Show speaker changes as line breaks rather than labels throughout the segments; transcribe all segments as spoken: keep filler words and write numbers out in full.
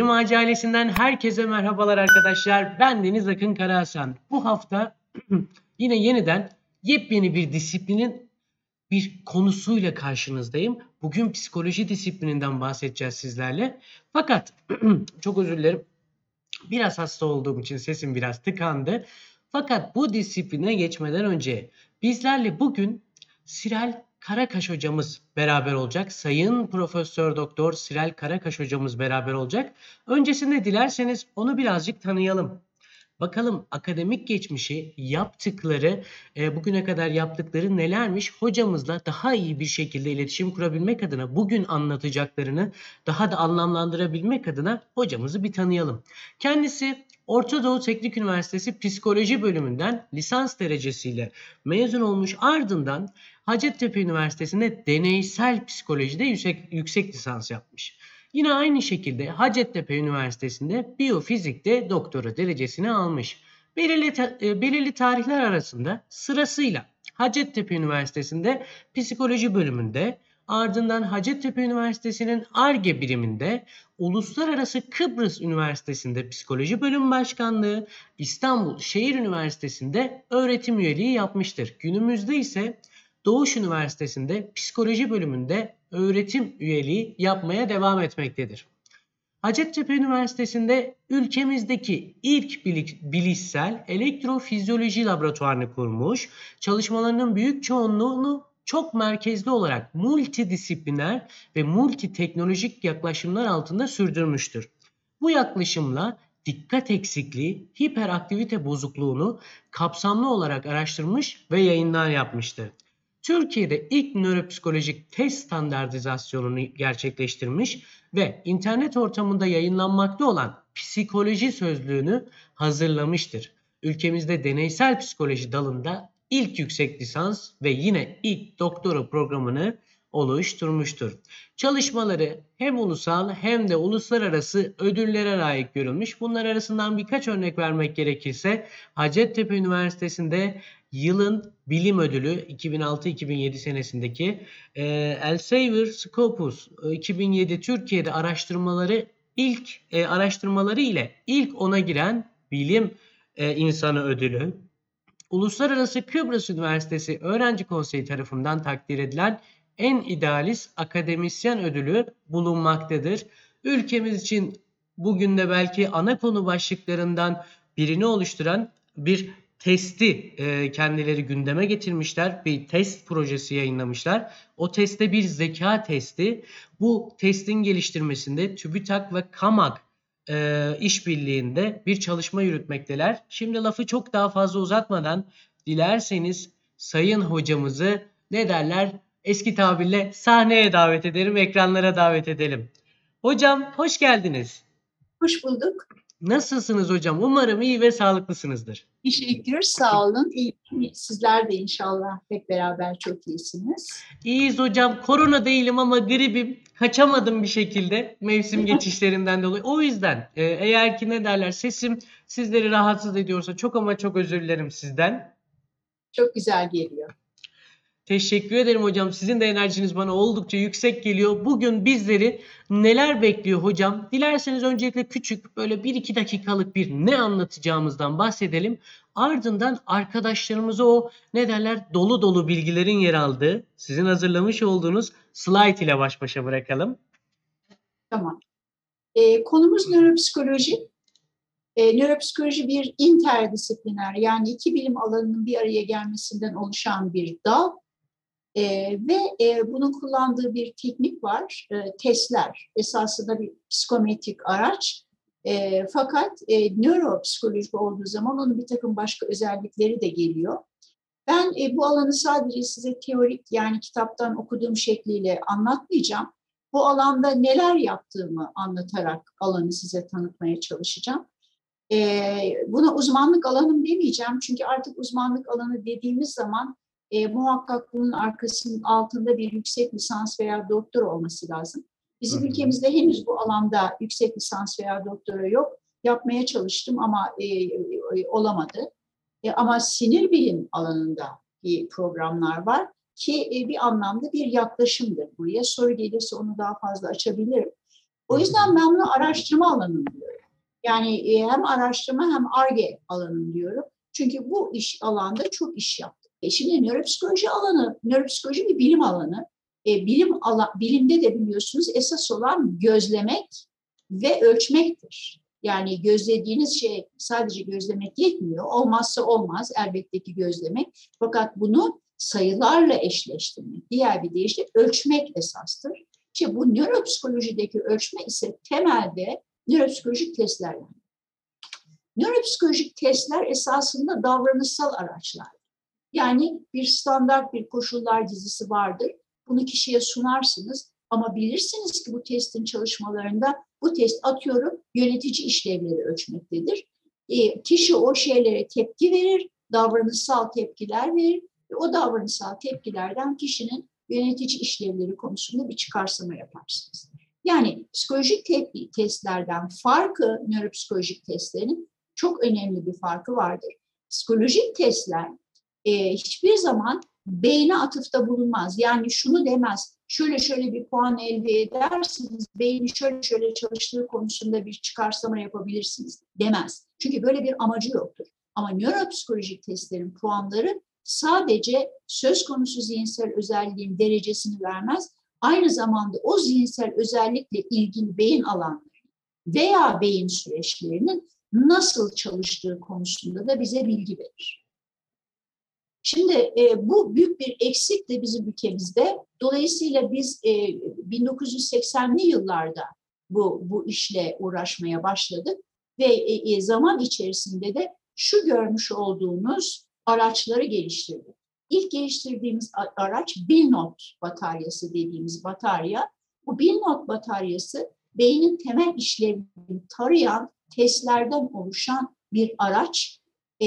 Yatırım Ağacı ailesinden herkese merhabalar arkadaşlar. Ben Deniz Akın Karahasan. Bu hafta yine yeniden yepyeni bir disiplinin bir konusuyla karşınızdayım. Bugün psikoloji disiplininden bahsedeceğiz sizlerle. Fakat çok özür dilerim. Biraz hasta olduğum için sesim biraz tıkandı. Fakat bu disipline geçmeden önce bizlerle bugün Sirel Karakaş hocamız beraber olacak. Sayın Profesör Doktor Sirel Karakaş hocamız beraber olacak. Öncesinde dilerseniz onu birazcık tanıyalım. Bakalım akademik geçmişi, yaptıkları, e, bugüne kadar yaptıkları nelermiş? Hocamızla daha iyi bir şekilde iletişim kurabilmek adına, bugün anlatacaklarını daha da anlamlandırabilmek adına hocamızı bir tanıyalım. Kendisi Orta Doğu Teknik Üniversitesi Psikoloji bölümünden lisans derecesiyle mezun olmuş, ardından Hacettepe Üniversitesi'nde deneysel psikolojide yüksek, yüksek lisans yapmış. Yine aynı şekilde Hacettepe Üniversitesi'nde biyofizikte doktora derecesini almış. Belirli, ta- e, belirli tarihler arasında sırasıyla Hacettepe Üniversitesi'nde psikoloji bölümünde, ardından Hacettepe Üniversitesi'nin Ar-Ge biriminde, Uluslararası Kıbrıs Üniversitesi'nde psikoloji bölüm başkanlığı, İstanbul Şehir Üniversitesi'nde öğretim üyeliği yapmıştır. Günümüzde ise Doğuş Üniversitesi'nde psikoloji bölümünde öğretim üyeliği yapmaya devam etmektedir. Hacettepe Üniversitesi'nde ülkemizdeki ilk bilişsel elektrofizyoloji laboratuvarını kurmuş, çalışmalarının büyük çoğunluğunu çok merkezli olarak multidisipliner ve multiteknolojik yaklaşımlar altında sürdürmüştür. Bu yaklaşımla dikkat eksikliği, hiperaktivite bozukluğunu kapsamlı olarak araştırmış ve yayınlar yapmıştır. Türkiye'de ilk nöropsikolojik test standartizasyonunu gerçekleştirmiş ve internet ortamında yayınlanmakta olan psikoloji sözlüğünü hazırlamıştır. Ülkemizde deneysel psikoloji dalında ilk yüksek lisans ve yine ilk doktora programını oluşturmuştur. Çalışmaları hem ulusal hem de uluslararası ödüllere layık görülmüş. Bunlar arasından birkaç örnek vermek gerekirse Hacettepe Üniversitesi'nde yılın bilim ödülü iki bin altı iki bin yedi senesindeki e, Elsevier Scopus iki bin yedi Türkiye'de araştırmaları ilk e, araştırmaları ile ilk ona giren bilim e, insanı ödülü, Uluslararası Kıbrıs Üniversitesi Öğrenci Konseyi tarafından takdir edilen en idealist akademisyen ödülü bulunmaktadır. Ülkemiz için bugün de belki ana konu başlıklarından birini oluşturan bir testi e, kendileri gündeme getirmişler. Bir test projesi yayınlamışlar. O testte bir zeka testi. Bu testin geliştirmesinde TÜBİTAK ve KAMAK e, işbirliğinde bir çalışma yürütmekteler. Şimdi lafı çok daha fazla uzatmadan dilerseniz sayın hocamızı ne derler eski tabirle sahneye davet edelim, ekranlara davet edelim. Hocam hoş geldiniz.
Hoş bulduk.
Nasılsınız hocam? Umarım iyi ve sağlıklısınızdır.
Teşekkür, sağ olun. İyi, sizler de inşallah hep beraber çok iyisiniz.
İyiyiz hocam. Korona değilim ama gribim. Kaçamadım bir şekilde mevsim geçişlerinden dolayı. O yüzden e, eğer ki ne derler sesim sizleri rahatsız ediyorsa çok ama çok özür dilerim sizden.
Çok güzel geliyor.
Teşekkür ederim hocam. Sizin de enerjiniz bana oldukça yüksek geliyor. Bugün bizleri neler bekliyor hocam? Dilerseniz öncelikle küçük böyle bir iki dakikalık bir ne anlatacağımızdan bahsedelim. Ardından arkadaşlarımıza o ne derler dolu dolu bilgilerin yer aldığı sizin hazırlamış olduğunuz slide ile baş başa bırakalım.
Tamam. Ee, konumuz nöropsikoloji. Ee, nöropsikoloji bir interdisipliner, yani iki bilim alanının bir araya gelmesinden oluşan bir dal. Ee, ve e, bunun kullandığı bir teknik var, e, testler. Esasında bir psikometrik araç. E, fakat e, nöropsikolojik olduğu zaman onun bir takım başka özellikleri de geliyor. Ben e, bu alanı sadece size teorik, yani kitaptan okuduğum şekliyle anlatmayacağım. Bu alanda neler yaptığımı anlatarak alanı size tanıtmaya çalışacağım. E, buna uzmanlık alanım demeyeceğim, çünkü artık uzmanlık alanı dediğimiz zaman E, muhakkak bunun arkasının altında bir yüksek lisans veya doktora olması lazım. Bizim hı hı. ülkemizde henüz bu alanda yüksek lisans veya doktora yok. Yapmaya çalıştım ama e, e, olamadı. E, ama sinir bilim alanında bir programlar var ki e, bir anlamda bir yaklaşımdır buraya. Soru gelirse onu daha fazla açabilirim. O yüzden ben buna araştırma alanı diyorum. Yani e, hem araştırma hem Ar-Ge alanı diyorum. Çünkü bu iş alanda çok iş yaptık. E şimdi nöropsikoloji alanı, nöropsikoloji bir bilim alanı. E, bilim ala, bilimde de biliyorsunuz esas olan gözlemek ve ölçmektir. Yani gözlediğiniz şey sadece gözlemek yetmiyor. Olmazsa olmaz elbette ki gözlemek. Fakat bunu sayılarla eşleştirmek, diğer bir deyişle ölçmek esastır. İşte bu nöropsikolojideki ölçme ise temelde nöropsikolojik testler. Yani. Nöropsikolojik testler esasında davranışsal araçlar. Yani bir standart bir koşullar dizisi vardır. Bunu kişiye sunarsınız ama bilirsiniz ki bu testin çalışmalarında bu test atıyorum yönetici işlevleri ölçmektedir. E, kişi o şeylere tepki verir, davranışsal tepkiler verir ve o davranışsal tepkilerden kişinin yönetici işlevleri konusunda bir çıkarsama yaparsınız. Yani psikolojik te- testlerden farkı, nöropsikolojik testlerin çok önemli bir farkı vardır. Psikolojik testler e, hiçbir zaman beyne atıfta bulunmaz. Yani şunu demez, şöyle şöyle bir puan elde edersiniz, beyni şöyle şöyle çalıştığı konusunda bir çıkarsama yapabilirsiniz demez. Çünkü böyle bir amacı yoktur. Ama nöropsikolojik testlerin puanları sadece söz konusu zihinsel özelliğin derecesini vermez, aynı zamanda o zihinsel özellikle ilgili beyin alanları veya beyin süreçlerinin nasıl çalıştığı konusunda da bize bilgi verir. Şimdi e, bu büyük bir eksik de bizim ülkemizde. Dolayısıyla biz e, bin dokuz yüz seksenli yıllarda bu, bu işle uğraşmaya başladık ve e, zaman içerisinde de şu görmüş olduğunuz araçları geliştirdik. İlk geliştirdiğimiz araç Billnot bataryası dediğimiz batarya. Bu Billnot bataryası beynin temel işlevini tarayan testlerden oluşan bir araç. Ee,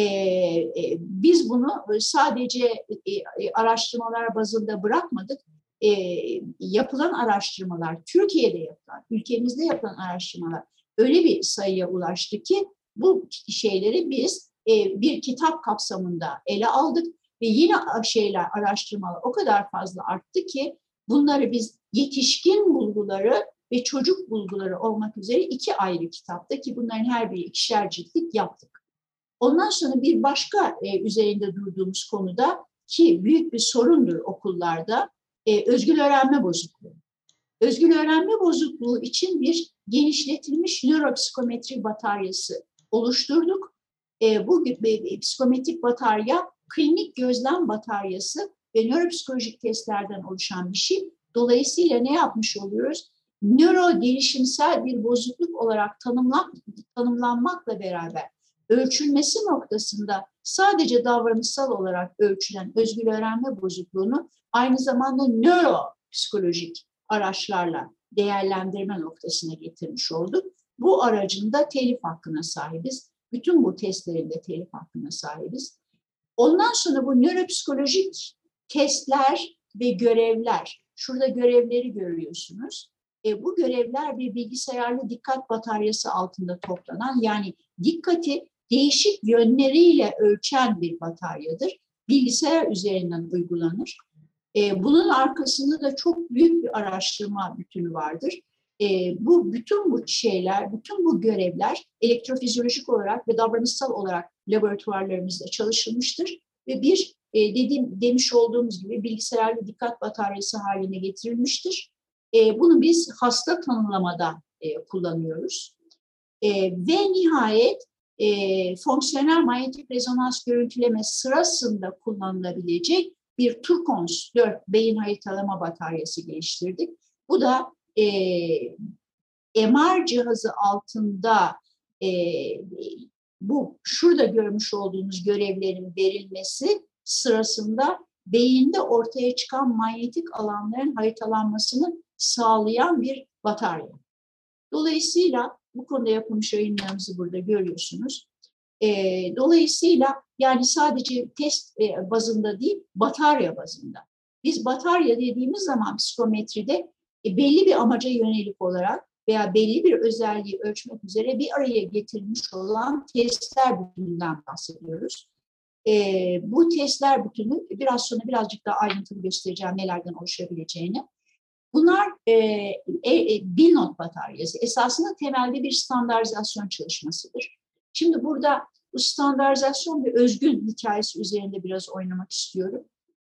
e, biz bunu sadece e, e, araştırmalar bazında bırakmadık. E, yapılan araştırmalar, Türkiye'de yapılan, ülkemizde yapılan araştırmalar öyle bir sayıya ulaştı ki bu şeyleri biz e, bir kitap kapsamında ele aldık ve yine şeyler, araştırmalar o kadar fazla arttı ki bunları biz yetişkin bulguları ve çocuk bulguları olmak üzere iki ayrı kitapta ki bunların her biri ikişer ciltlik yaptık. Ondan sonra bir başka e, üzerinde durduğumuz konuda ki büyük bir sorundur okullarda e, özgül öğrenme bozukluğu. Özgül öğrenme bozukluğu için bir genişletilmiş nöropsikometri bataryası oluşturduk. E, bu e, psikometrik batarya klinik gözlem bataryası ve nöropsikolojik testlerden oluşan bir şey. Dolayısıyla ne yapmış oluyoruz? Nöro gelişimsel bir bozukluk olarak tanımlan, tanımlanmakla beraber ölçülmesi noktasında sadece davranışsal olarak ölçülen özgül öğrenme bozukluğunu aynı zamanda nöropsikolojik araçlarla değerlendirme noktasına getirmiş olduk. Bu aracın da telif hakkına sahibiz. Bütün bu testlerin de telif hakkına sahibiz. Ondan sonra bu nöropsikolojik testler ve görevler, şurada görevleri görüyorsunuz. E, bu görevler bir bilgisayarlı dikkat bataryası altında toplanan, yani dikkati değişik yönleriyle ölçen bir bataryadır. Bilgisayar üzerinden uygulanır. E, bunun arkasında da çok büyük bir araştırma bütünü vardır. E, bu bütün bu şeyler, bütün bu görevler elektrofizyolojik olarak ve davranışsal olarak laboratuvarlarımızda çalışılmıştır ve bir e, dediğim demiş olduğumuz gibi bilgisayarlı dikkat bataryası haline getirilmiştir. E, bunu biz hasta tanımlamada e, kullanıyoruz. E, ve nihayet e, fonksiyonel manyetik rezonans görüntüleme sırasında kullanılabilecek bir Turkons dört beyin haritalama bataryası geliştirdik. Bu da e, M R cihazı altında e, bu şurada görmüş olduğunuz görevlerin verilmesi sırasında beyinde ortaya çıkan manyetik alanların haritalanmasını sağlayan bir batarya. Dolayısıyla bu konuda yapılmış yayınlarımızı burada görüyorsunuz. E, dolayısıyla yani sadece test e, bazında değil, batarya bazında. Biz batarya dediğimiz zaman psikometride e, belli bir amaca yönelik olarak veya belli bir özelliği ölçmek üzere bir araya getirilmiş olan testler bütününden bahsediyoruz. E, bu testler bütünü biraz sonra birazcık daha ayrıntılı göstereceğim nelerden oluşabileceğini. Bunlar e, e, e, Bilnot bataryası. Esasında temelde bir standartizasyon çalışmasıdır. Şimdi burada bu standartizasyon ve özgün hikayesi üzerinde biraz oynamak istiyorum.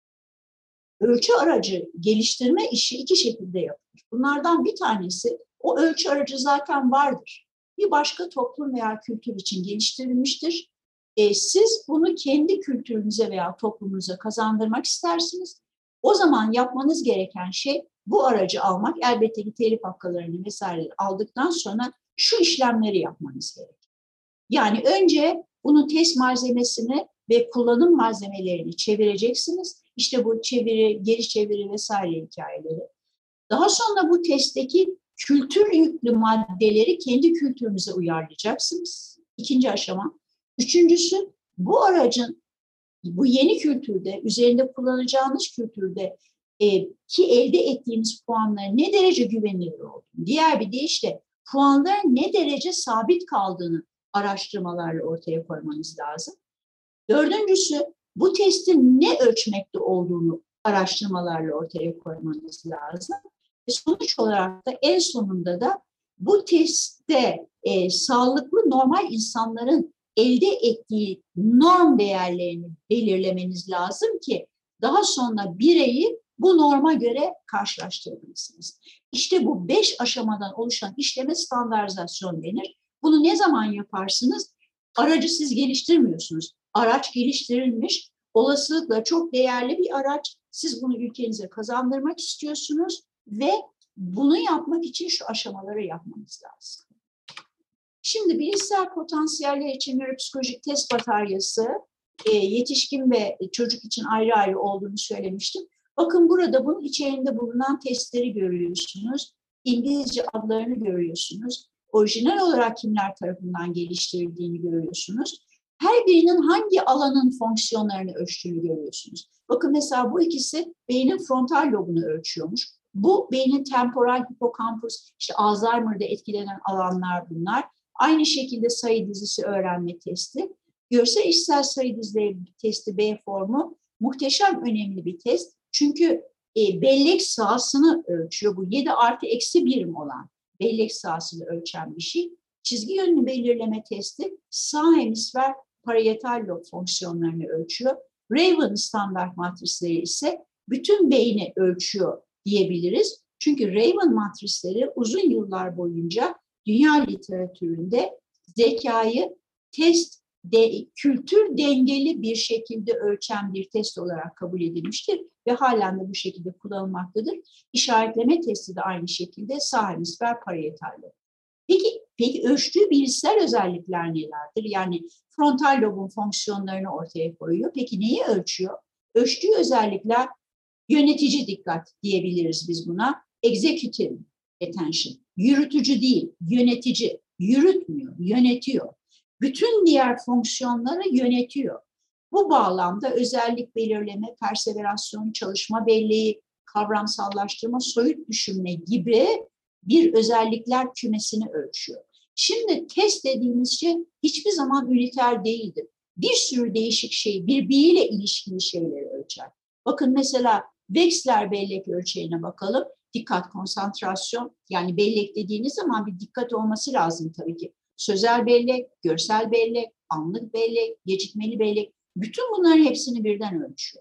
Ölçü aracı geliştirme işi iki şekilde yapılır. Bunlardan bir tanesi, o ölçü aracı zaten vardır. Bir başka toplum veya kültür için geliştirilmiştir. E, siz bunu kendi kültürünüze veya toplumunuza kazandırmak istersiniz. O zaman yapmanız gereken şey bu aracı almak. Elbette ki telif haklarını vesaire aldıktan sonra şu işlemleri yapmanız gerekir. Yani önce bunun test malzemesini ve kullanım malzemelerini çevireceksiniz. İşte bu çeviri, geri çeviri vesaire hikayeleri. Daha sonra bu testteki kültür yüklü maddeleri kendi kültürünüze uyarlayacaksınız. İkinci aşama. Üçüncüsü, bu aracın bu yeni kültürde, üzerinde kullanacağınız kültürde e, ki elde ettiğiniz puanların ne derece güvenilir olduğunu, diğer bir deyişle puanların ne derece sabit kaldığını araştırmalarla ortaya koymanız lazım. Dördüncüsü, bu testin ne ölçmekte olduğunu araştırmalarla ortaya koymanız lazım. Ve sonuç olarak da en sonunda da bu testte e, sağlıklı normal insanların elde ettiği norm değerlerini belirlemeniz lazım ki daha sonra bireyi bu norma göre karşılaştırabilirsiniz. İşte bu beş aşamadan oluşan işleme standartizasyon denir. Bunu ne zaman yaparsınız? Aracı siz geliştirmiyorsunuz. Araç geliştirilmiş, olasılıkla çok değerli bir araç. Siz bunu ülkenize kazandırmak istiyorsunuz ve bunu yapmak için şu aşamaları yapmanız lazım. Şimdi bilişsel potansiyeller için nöropsikolojik test bataryası e, yetişkin ve çocuk için ayrı ayrı olduğunu söylemiştim. Bakın burada bunun içerisinde bulunan testleri görüyorsunuz. İngilizce adlarını görüyorsunuz. Orijinal olarak kimler tarafından geliştirildiğini görüyorsunuz. Her birinin hangi alanın fonksiyonlarını ölçtüğünü görüyorsunuz. Bakın mesela bu ikisi beynin frontal lobunu ölçüyormuş. Bu beynin temporal hipokampus, işte Alzheimer'da etkilenen alanlar bunlar. Aynı şekilde sayı dizisi öğrenme testi. Görsel işitsel sayı dizileri testi B formu muhteşem önemli bir test. Çünkü e, bellek sahasını ölçüyor. Bu yedi artı eksi birim olan bellek sahasını ölçen bir şey. Çizgi yönünü belirleme testi sağ hemisfer parietal lob fonksiyonlarını ölçüyor. Raven standart matrisleri ise bütün beyni ölçüyor diyebiliriz. Çünkü Raven matrisleri uzun yıllar boyunca dünya literatüründe zekayı test, de, kültür dengeli bir şekilde ölçen bir test olarak kabul edilmiştir ve halen de bu şekilde kullanılmaktadır. İşaretleme testi de aynı şekilde sağ hemisfer parietal lob. Peki, peki ölçtüğü bilişsel özellikler nelerdir? Yani frontal lobun fonksiyonlarını ortaya koyuyor. Peki neyi ölçüyor? Ölçtüğü özellikler yönetici dikkat diyebiliriz biz buna. Executive attention. Yürütücü değil, yönetici. Yürütmüyor, yönetiyor. Bütün diğer fonksiyonları yönetiyor. Bu bağlamda özellik belirleme, perseverasyon, çalışma belleği, kavramsallaştırma, soyut düşünme gibi bir özellikler kümesini ölçüyor. Şimdi test dediğimiz şey hiçbir zaman üniter değildir. Bir sürü değişik şey, birbiriyle ilişkili şeyleri ölçer. Bakın mesela Wechsler bellek ölçeğine bakalım. Dikkat, konsantrasyon, yani bellek dediğiniz zaman bir dikkat olması lazım tabii ki. Sözel bellek, görsel bellek, anlık bellek, gecikmeli bellek, bütün bunların hepsini birden ölçüyor.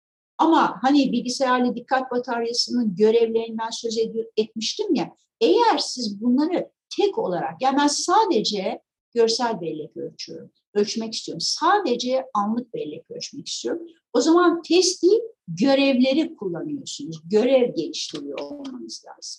Ama hani bilgisayarlı dikkat bataryasının görevlerinden söz etmiştim ya, eğer siz bunları tek olarak, yani ben sadece görsel bellek ölçüyorum, ölçmek istiyorum, sadece anlık bellek ölçmek istiyorum, o zaman test değil, görevleri kullanıyorsunuz, görev geliştiriyor olmanız lazım.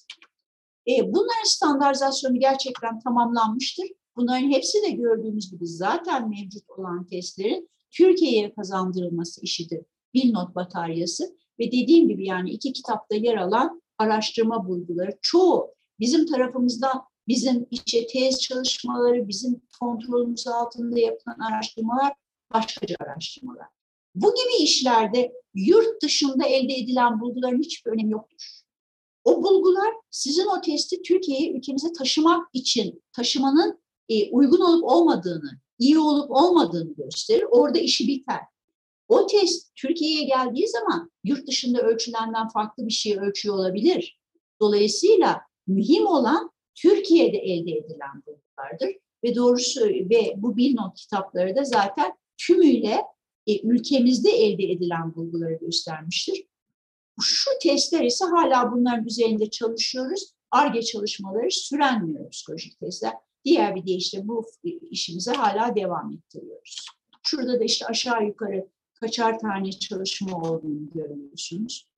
E, bunların standartizasyonu gerçekten tamamlanmıştır. Bunların hepsi de gördüğümüz gibi zaten mevcut olan testlerin Türkiye'ye kazandırılması işidir. Bilnot bataryası ve dediğim gibi yani iki kitapta yer alan araştırma bulguları çoğu bizim tarafımızdan bizim işte tez çalışmaları, bizim kontrolümüz altında yapılan araştırmalar başkaca araştırmalar. Bu gibi işlerde yurt dışında elde edilen bulguların hiçbir önemi yoktur. O bulgular sizin o testi Türkiye'ye, ülkemize taşımak için taşımanın e, uygun olup olmadığını, iyi olup olmadığını gösterir. Orada işi biter. O test Türkiye'ye geldiği zaman yurt dışında ölçülenden farklı bir şey ölçüyor olabilir. Dolayısıyla mühim olan Türkiye'de elde edilen bulgulardır. Ve doğrusu ve bu Bilnot kitapları da zaten tümüyle e, ülkemizde elde edilen bulguları göstermiştir. Şu testler ise hala bunların üzerinde çalışıyoruz. Ar-Ge çalışmaları süren nöropsikolojik testler. Diğer bir deyişle bu işimize hala devam ettiriyoruz. Şurada da işte aşağı yukarı kaçar tane çalışma olduğunu görüyorsunuz.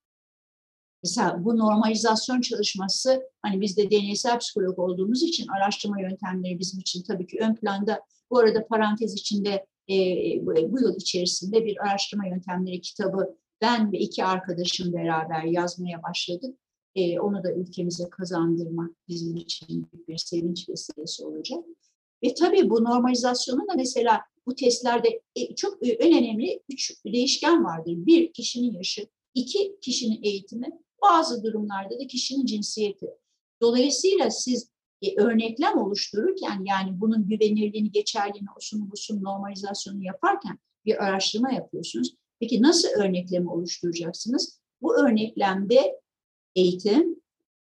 Mesela bu normalizasyon çalışması, hani biz de deneysel psikolog olduğumuz için araştırma yöntemleri bizim için tabii ki ön planda. Bu arada parantez içinde e, bu yıl içerisinde bir araştırma yöntemleri kitabı ben ve iki arkadaşım beraber yazmaya başladık. E, onu da ülkemize kazandırmak bizim için bir sevinç vesilesi olacak. Ve tabii bu normalizasyonun da mesela bu testlerde çok en önemli üç değişken vardır. Bir, kişinin yaşı. İki, kişinin eğitimi. Bazı durumlarda da kişinin cinsiyeti. Dolayısıyla siz e, örneklem oluştururken, yani bunun güvenilirliğini, geçerliliğini, osunu busunu, normalizasyonu yaparken bir araştırma yapıyorsunuz. Peki nasıl örneklemi oluşturacaksınız? Bu örneklemde eğitim,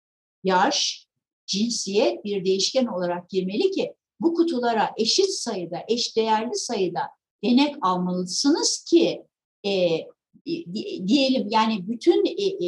yaş, cinsiyet bir değişken olarak girmeli ki bu kutulara eşit sayıda, eşdeğerli sayıda denek almalısınız ki e, diyelim yani bütün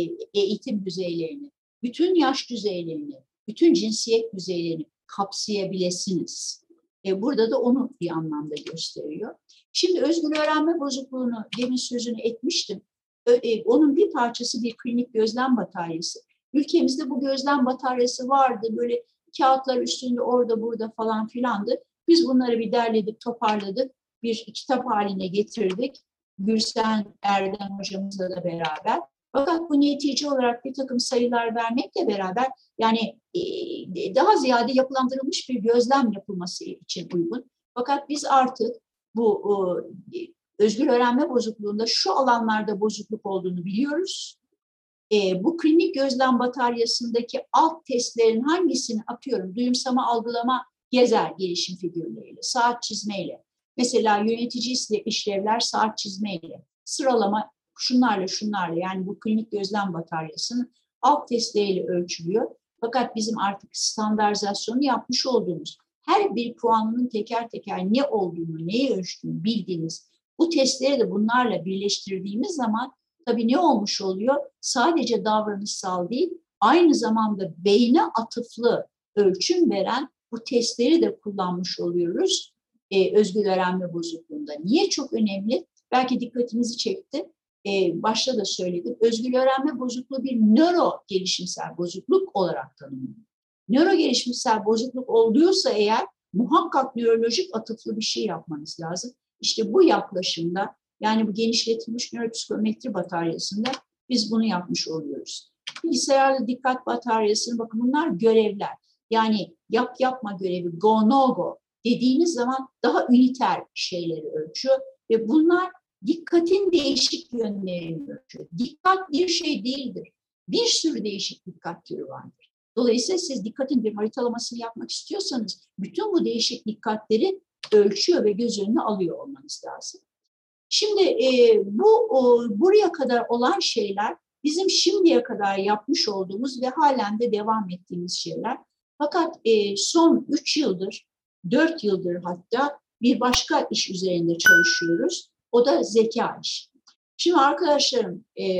eğitim düzeylerini, bütün yaş düzeylerini, bütün cinsiyet düzeylerini kapsayabilirsiniz. E, burada da onu bir anlamda gösteriyor. Şimdi özgür öğrenme bozukluğunu demin sözünü etmiştim. E, onun bir parçası bir klinik gözlem bataryası. Ülkemizde bu gözlem bataryası vardı. Böyle kağıtlar üstünde orada burada falan filandı. Biz bunları bir derledik, toparladık. Bir kitap haline getirdik. Gülsen Erdem hocamızla da beraber. Fakat bu netice olarak bir takım sayılar vermekle beraber yani e, daha ziyade yapılandırılmış bir gözlem yapılması için uygun. Fakat biz artık bu o, özgür öğrenme bozukluğunda şu alanlarda bozukluk olduğunu biliyoruz. E, bu klinik gözlem bataryasındaki alt testlerin hangisini atıyorum? Duyumsama, algılama, gezer gelişim figürleriyle, saat çizmeyle. Mesela yönetici işlevler saat çizmeyle, sıralama şunlarla şunlarla, yani bu klinik gözlem bataryasının alt testleriyle ölçülüyor. Fakat bizim artık standartizasyonu yapmış olduğumuz, her bir puanının teker teker ne olduğunu, neyi ölçtüğünü bildiğimiz bu testleri de bunlarla birleştirdiğimiz zaman tabii ne olmuş oluyor? Sadece davranışsal değil, aynı zamanda beyne atıflı ölçüm veren bu testleri de kullanmış oluyoruz e, özgür öğrenme bozukluğunda. Niye çok önemli? Belki dikkatinizi çekti. E, başta da söyledim. Özgür öğrenme bozukluğu bir nöro gelişimsel bozukluk olarak tanımlanıyor. Nöro gelişimsel bozukluk oluyorsa eğer muhakkak nörolojik atıflı bir şey yapmanız lazım. İşte bu yaklaşımda, yani bu genişletilmiş nöropsikometri bataryasında biz bunu yapmış oluyoruz. Bilgisayarlı dikkat bataryasının, bakın bunlar görevler. Yani yap yapma görevi, go no go dediğiniz zaman daha üniter şeyleri ölçüyor ve bunlar dikkatin değişik yönlerini ölçüyor. Dikkat bir şey değildir. Bir sürü değişik dikkat türü vardır. Dolayısıyla siz dikkatin bir haritalamasını yapmak istiyorsanız bütün bu değişik dikkatleri ölçüyor ve göz önüne alıyor olmanız lazım. Şimdi e, bu o, buraya kadar olan şeyler bizim şimdiye kadar yapmış olduğumuz ve halen de devam ettiğimiz şeyler. Fakat e, son üç yıldır, dört yıldır hatta bir başka iş üzerinde çalışıyoruz. O da zeka işi. Şimdi arkadaşlarım, e,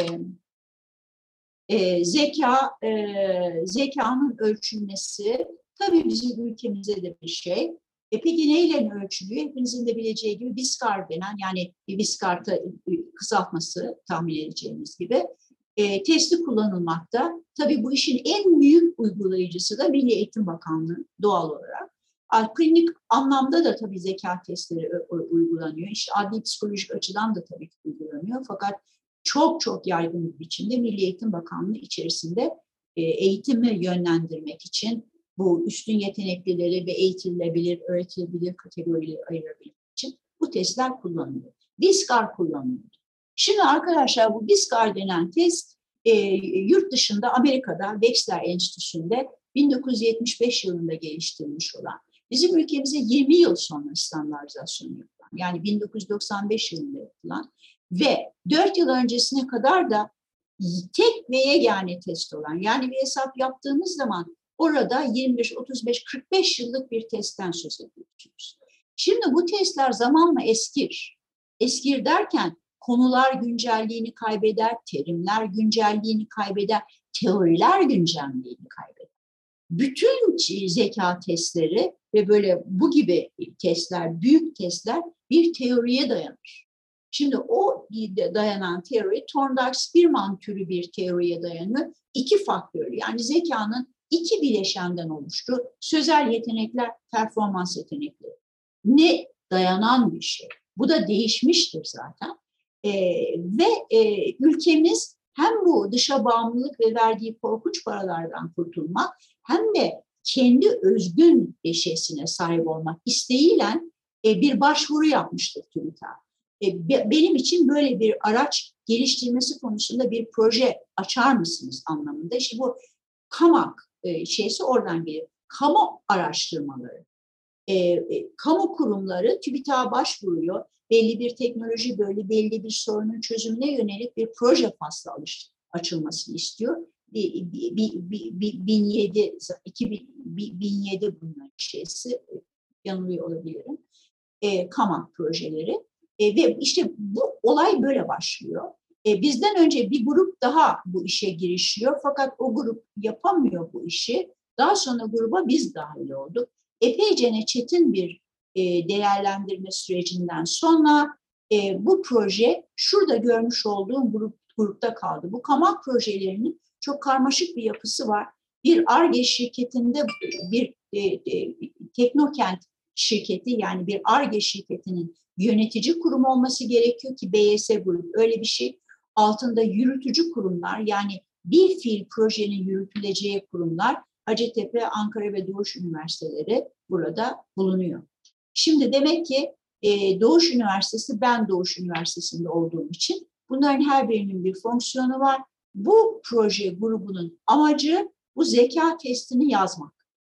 e, zeka, e, zekanın ölçülmesi tabii bizim ülkemizde de bir şey. E peki neyle ölçülüyor? Hepinizin de bileceği gibi Viscar denen, yani Viscar'ta kısaltması tahmin edeceğiniz gibi e, testi kullanılmakta. Tabii bu işin en büyük uygulayıcısı da Milli Eğitim Bakanlığı doğal olarak. Klinik anlamda da tabii zeka testleri uygulanıyor. İşte adli psikolojik açıdan da tabii ki uygulanıyor. Fakat çok çok yaygın bir biçimde Milli Eğitim Bakanlığı içerisinde e, eğitimi yönlendirmek için bu üstün yeteneklileri ve eğitilebilir, öğretilebilir kategorileri ayırabilmek için bu testler kullanılıyor. Viscar kullanılıyor. Şimdi arkadaşlar bu Viscar denen test e, yurt dışında Amerika'da Wechsler Enstitüsü'nde bin dokuz yüz yetmiş beş yılında geliştirilmiş olan, bizim ülkemize yirmi yıl sonra standartizasyonu yapılan, yani bin dokuz yüz doksan beş yılında yapılan ve dört yıl öncesine kadar da tek ve yegane test olan, yani bir hesap yaptığınız zaman orada yirmi beş, otuz beş, kırk beş yıllık bir testten söz ediyorsunuz. Şimdi bu testler zamanla eskir. Eskir derken konular güncelliğini kaybeder, terimler güncelliğini kaybeder, teoriler güncelliğini kaybeder. Bütün zeka testleri ve böyle bu gibi testler, büyük testler bir teoriye dayanır. Şimdi o dayanan teori Thorndike-Spearman türü bir teoriye dayanıyor. İki faktörlü, yani zekanın iki bileşenden oluştuğu sözel yetenekler, performans yetenekleri. Ne dayanan bir şey. Bu da değişmiştir zaten. Ee, ve e, ülkemiz hem bu dışa bağımlılık ve verdiği korkunç paralardan kurtulmak hem de kendi özgün eşyasına sahip olmak isteğiyle e, bir başvuru yapmıştır TÜBİTAK. E, be, benim için böyle bir araç geliştirmesi konusunda bir proje açar mısınız anlamında. İşte bu KAMAK e, şeysi oradan geliyor. Kamu araştırmaları. E, e, kamu kurumları TÜBİTAK'a başvuruyor. Belli bir teknoloji, böyle belli bir sorunun çözümüne yönelik bir proje faslı açılmasını istiyor. bin yedi, iki bin yedi bunun şeysi, yanılıyor olabilirim. E, KAMAK projeleri. E, ve işte bu olay böyle başlıyor. E, bizden önce bir grup daha bu işe girişiyor. Fakat o grup yapamıyor bu işi. Daha sonra gruba biz dahil olduk. Epeyce çetin bir e, değerlendirme sürecinden sonra e, bu proje şurada görmüş olduğum grup, grupta kaldı. Bu KAMAK projelerinin çok karmaşık bir yapısı var. Bir Ar-Ge şirketinde bir e, e, Teknokent şirketi, yani bir Ar-Ge şirketinin yönetici kurum olması gerekiyor ki B Y S grup öyle bir şey. Altında yürütücü kurumlar, yani bir fiil projenin yürütüleceği kurumlar, Hacettepe, Ankara ve Doğuş Üniversiteleri burada bulunuyor. Şimdi demek ki e, Doğuş Üniversitesi, ben Doğuş Üniversitesi'nde olduğum için bunların her birinin bir fonksiyonu var. Bu proje grubunun amacı bu zeka testini yazmak.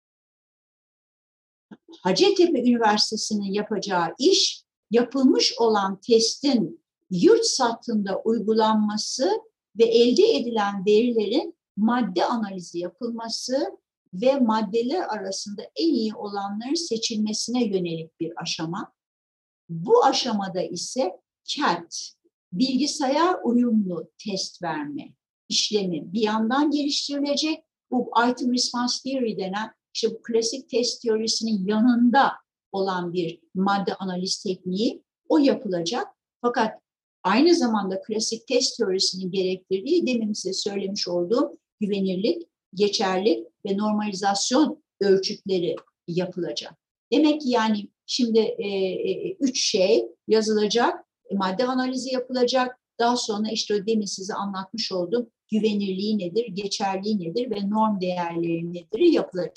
Hacettepe Üniversitesi'nin yapacağı iş, yapılmış olan testin yurt satında uygulanması ve elde edilen verilerin madde analizi yapılması ve maddeler arasında en iyi olanların seçilmesine yönelik bir aşama. Bu aşamada ise C A T, bilgisayar uyumlu test verme işlemi bir yandan geliştirilecek. Bu Item Response Theory denen, işte bu klasik test teorisinin yanında olan bir madde analiz tekniği, o yapılacak. Fakat aynı zamanda klasik test teorisinin gerektirdiği, demin size söylemiş olduğum güvenirlik, geçerlilik ve normalizasyon ölçütleri yapılacak. Demek ki yani şimdi e, e, üç şey yazılacak, e, madde analizi yapılacak, daha sonra işte demin size anlatmış olduğum güvenirliği nedir, geçerliği nedir ve norm değerleri nedir yapılacak.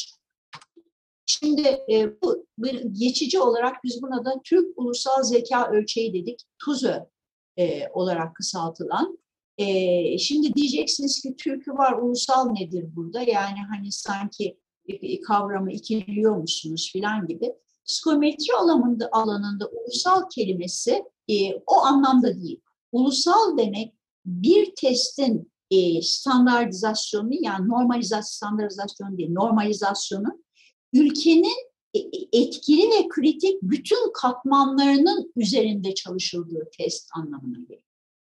Şimdi e, bu bir geçici olarak biz buna da Türk Ulusal Zeka Ölçeği dedik, TUZÖ e, olarak kısaltılan. E, şimdi diyeceksiniz ki Türk'ü var, ulusal nedir burada? Yani hani sanki e, kavramı ikiliyor musunuz filan gibi. Psikometri alanında, alanında ulusal kelimesi e, o anlamda değil. Ulusal demek bir testin e, standartizasyonu, yani normalizasyon, standartizasyonu değil, normalizasyonu ülkenin etkili ve kritik bütün katmanlarının üzerinde çalışıldığı test anlamına gelir.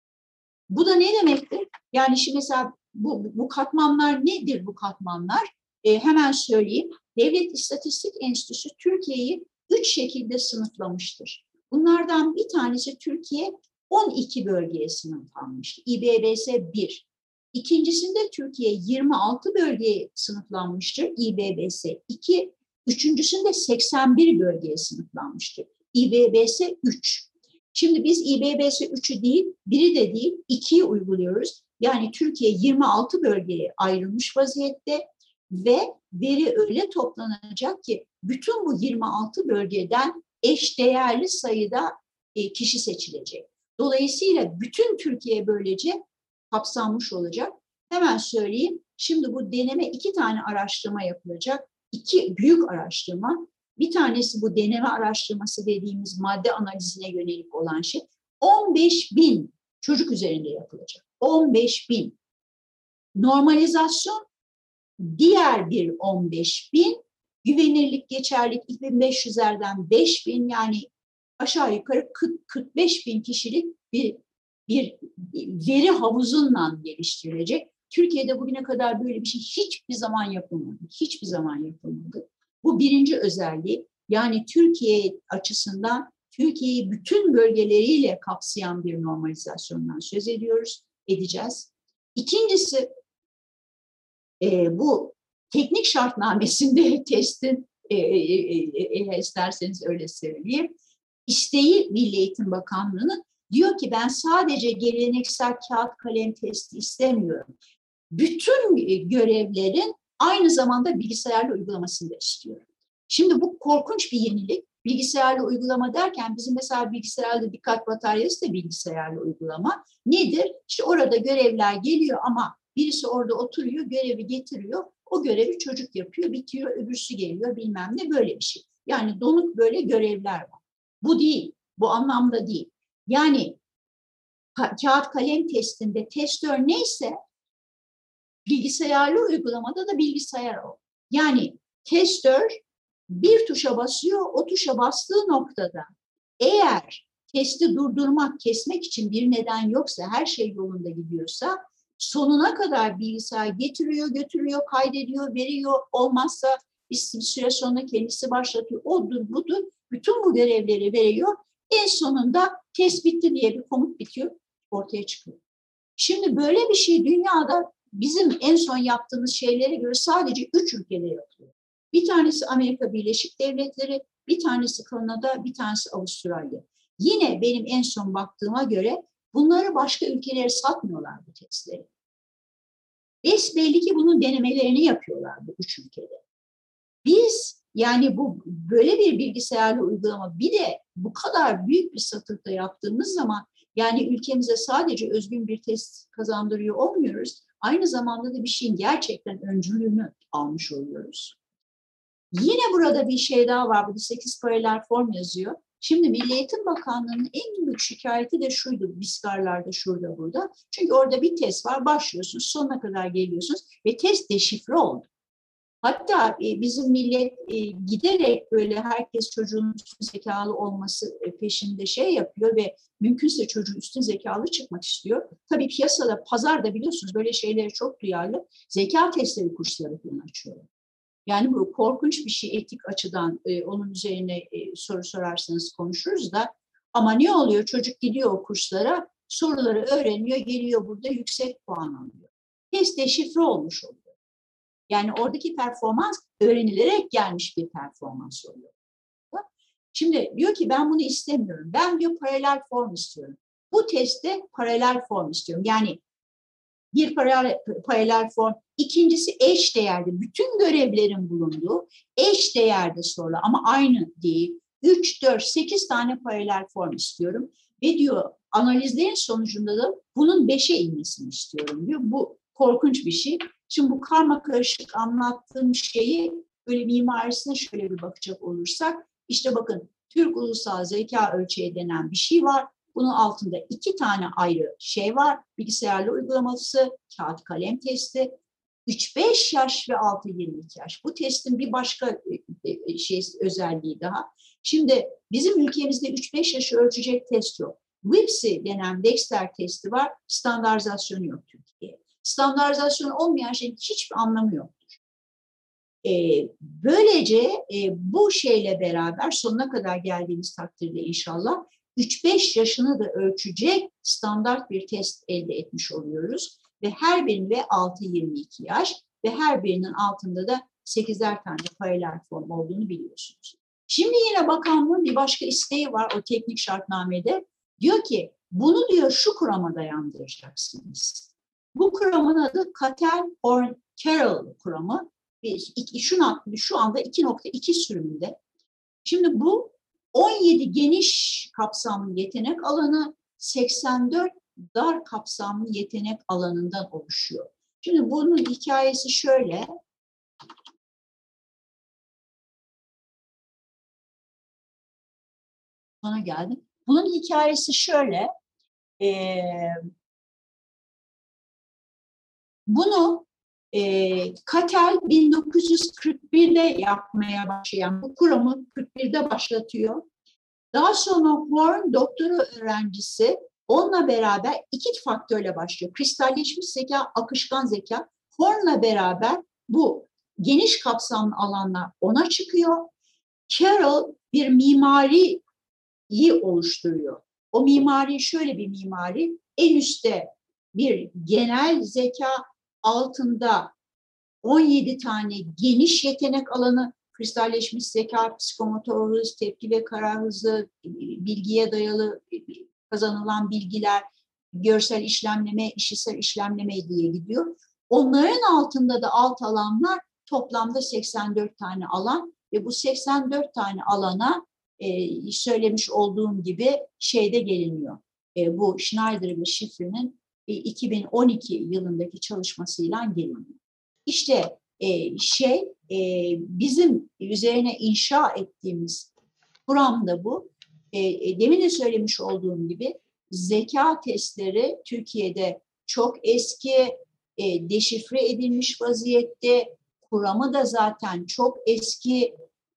Bu da ne demektir? Yani şimdi mesela bu, bu katmanlar nedir bu katmanlar? E, hemen söyleyeyim. Devlet İstatistik Enstitüsü Türkiye'yi üç şekilde sınıflamıştır. Bunlardan bir tanesi Türkiye on iki bölgeye sınıflanmıştır. İ B B S bir. İkincisinde Türkiye yirmi altı bölgeye sınıflanmıştır. İ B B S iki. Üçüncüsünde seksen bir bölgeye sınıflanmıştır. İ B B S üç. Şimdi biz İ B B S üçü değil, biri de değil, ikiyi uyguluyoruz. Yani Türkiye yirmi altı bölgeye ayrılmış vaziyette ve veri öyle toplanacak ki bütün bu yirmi altı bölgeden eşdeğerli sayıda kişi seçilecek. Dolayısıyla bütün Türkiye böylece kapsanmış olacak. Hemen söyleyeyim, şimdi bu deneme iki tane araştırma yapılacak. İki büyük araştırma. Bir tanesi bu deneme araştırması dediğimiz madde analizine yönelik olan şey. on beş bin çocuk üzerinde yapılacak. on beş bin. Normalizasyon diğer bir on beş bin, güvenirlik, geçerlik iki bin beş yüzlerden beş bin, yani aşağı yukarı kırk kırk beş bin kişilik bir bir veri havuzundan geliştirilecek. Türkiye'de bugüne kadar böyle bir şey hiçbir zaman yapılmadı. Hiçbir zaman yapılmadı. Bu birinci özelliği. Yani Türkiye açısından Türkiye'yi bütün bölgeleriyle kapsayan bir normalizasyondan söz ediyoruz, edeceğiz. İkincisi, e, bu teknik şartnamesinde testin, e, e, e, isterseniz öyle söyleyeyim, isteği Milli Eğitim Bakanlığı'nın, diyor ki ben sadece geleneksel kağıt kalem testi istemiyorum. Bütün görevlerin aynı zamanda bilgisayarlı uygulamasını da istiyorum. Şimdi bu korkunç bir yenilik. Bilgisayarlı uygulama derken bizim mesela bilgisayarda dikkat bataryası da bilgisayarlı uygulama. Nedir? İşte orada görevler geliyor ama birisi orada oturuyor, görevi getiriyor. O görevi çocuk yapıyor, bitiyor, öbürsü geliyor, bilmem ne, böyle bir şey. Yani donuk böyle görevler var. Bu değil, bu anlamda değil. Yani kağıt kalem testinde testör neyse bilgisayarlı uygulamada da bilgisayar o. Yani testör bir tuşa basıyor, o tuşa bastığı noktada eğer testi durdurmak, kesmek için bir neden yoksa, her şey yolunda gidiyorsa, sonuna kadar bilgisayar getiriyor, götürüyor, kaydediyor, veriyor. Olmazsa bir süre sonra kendisi başlatıyor. Odur budur. Bütün bu görevleri veriyor. En sonunda test bitti diye bir komut bitiyor, ortaya çıkıyor. Şimdi böyle bir şey dünyada bizim en son yaptığımız şeylere göre sadece üç ülkede yapılıyor. Bir tanesi Amerika Birleşik Devletleri, bir tanesi Kanada, bir tanesi Avustralya. Yine benim en son baktığıma göre bunları başka ülkelere satmıyorlar, bu testleri. Besbelli ki bunun denemelerini yapıyorlar bu üç ülkede. Biz yani bu böyle bir bilgisayarlı uygulama, bir de bu kadar büyük bir satırda yaptığımız zaman, yani ülkemize sadece özgün bir test kazandırıyor olmuyoruz. Aynı zamanda da bir şeyin gerçekten öncülüğünü almış oluyoruz. Yine burada bir şey daha var. Burada sekiz paralel form yazıyor. Şimdi Milli Eğitim Bakanlığı'nın en büyük şikayeti de şuydu, BİSKAR'larda şurada burada. Çünkü orada bir test var, başlıyorsunuz, sonuna kadar geliyorsunuz ve test deşifre oldu. Hatta e, bizim millet e, giderek böyle herkes çocuğun üstün zekalı olması peşinde şey yapıyor ve mümkünse çocuğun üstün zekalı çıkmak istiyor. Tabii piyasada, pazarda biliyorsunuz böyle şeylere çok duyarlı zeka testleri kursları falan açıyorlar. Yani bu korkunç bir şey etik açıdan, e, onun üzerine e, soru sorarsanız konuşuruz da. Ama ne oluyor? Çocuk gidiyor o kurslara, soruları öğreniyor, geliyor burada yüksek puan alıyor. Test deşifre olmuş oluyor. Yani oradaki performans öğrenilerek gelmiş bir performans oluyor. Şimdi diyor ki ben bunu istemiyorum. Ben diyor paralel form istiyorum. Bu testte paralel form istiyorum. Yani bir paralel, paralel form, ikincisi eş değerde. Bütün görevlerin bulunduğu eş değerde sorular ama aynı değil. üç, dört, sekiz tane paralel form istiyorum. Ve diyor analizlerin sonucunda da bunun beşe inmesini istiyorum diyor. Bu korkunç bir şey. Şimdi bu karma karışık anlattığım şeyi böyle mimarisine şöyle bir bakacak olursak, işte bakın Türk Ulusal Zeka Ölçeği denen bir şey var. Bunun altında iki tane ayrı şey var. Bilgisayarlı uygulaması, kağıt kalem testi, üç beş yaş ve altı yirmi iki yaş. Bu testin bir başka şey özelliği daha. Şimdi bizim ülkemizde üç beş yaşı ölçecek test yok. W I P S I denen Dexter testi var. Standartizasyonu yok Türkiye'ye. Standartizasyonu olmayan şeyin hiçbir anlamı yoktur. Ee, böylece e, bu şeyle beraber sonuna kadar geldiğimiz takdirde inşallah üç beş yaşını da ölçecek standart bir test elde etmiş oluyoruz. Ve her birinde altı yirmi iki yaş ve her birinin altında da sekizer tane paralel form olduğunu biliyorsunuz. Şimdi yine bakanlığın bir başka isteği var o teknik şartnamede. Diyor ki bunu diyor şu kurama dayandıracaksınız. Bu kuramın adı Cattell-Horn-Carroll kuramı. Şu, şu anda iki nokta iki sürümünde. Şimdi bu on yedi geniş kapsamlı yetenek alanı, seksen dört dar kapsamlı yetenek alanından oluşuyor. Şimdi bunun hikayesi şöyle. Bana geldi. Bunun hikayesi şöyle. Ee, Bunu e, Cattell bin dokuz yüz kırk birde yapmaya başlayan, bu kuramı kırk birde başlatıyor. Daha sonra Horn doktora öğrencisi onunla beraber iki faktörle başlıyor. Kristalleşmiş zeka, akışkan zeka. Horn'la beraber bu geniş kapsamlı alanlar ona çıkıyor. Carroll bir mimariyi oluşturuyor. O mimari şöyle bir mimari. En üstte bir genel zeka, altında on yedi tane geniş yetenek alanı, kristalleşmiş zeka, psikomotor hız, tepki ve karar hızı, bilgiye dayalı kazanılan bilgiler, görsel işlemleme, işitsel işlemleme diye gidiyor. Onların altında da alt alanlar, toplamda seksen dört tane alan ve bu seksen dört tane alana e, söylemiş olduğum gibi şeyde geliniyor. E, bu Schneider ve Schiffer'in e, iki bin on iki yılındaki çalışmasıyla geliniyor. İşte e, şey e, bizim üzerine inşa ettiğimiz kuram da bu. E, demin de söylemiş olduğum gibi zeka testleri Türkiye'de çok eski, e, deşifre edilmiş vaziyette. Kuramı da zaten çok eski,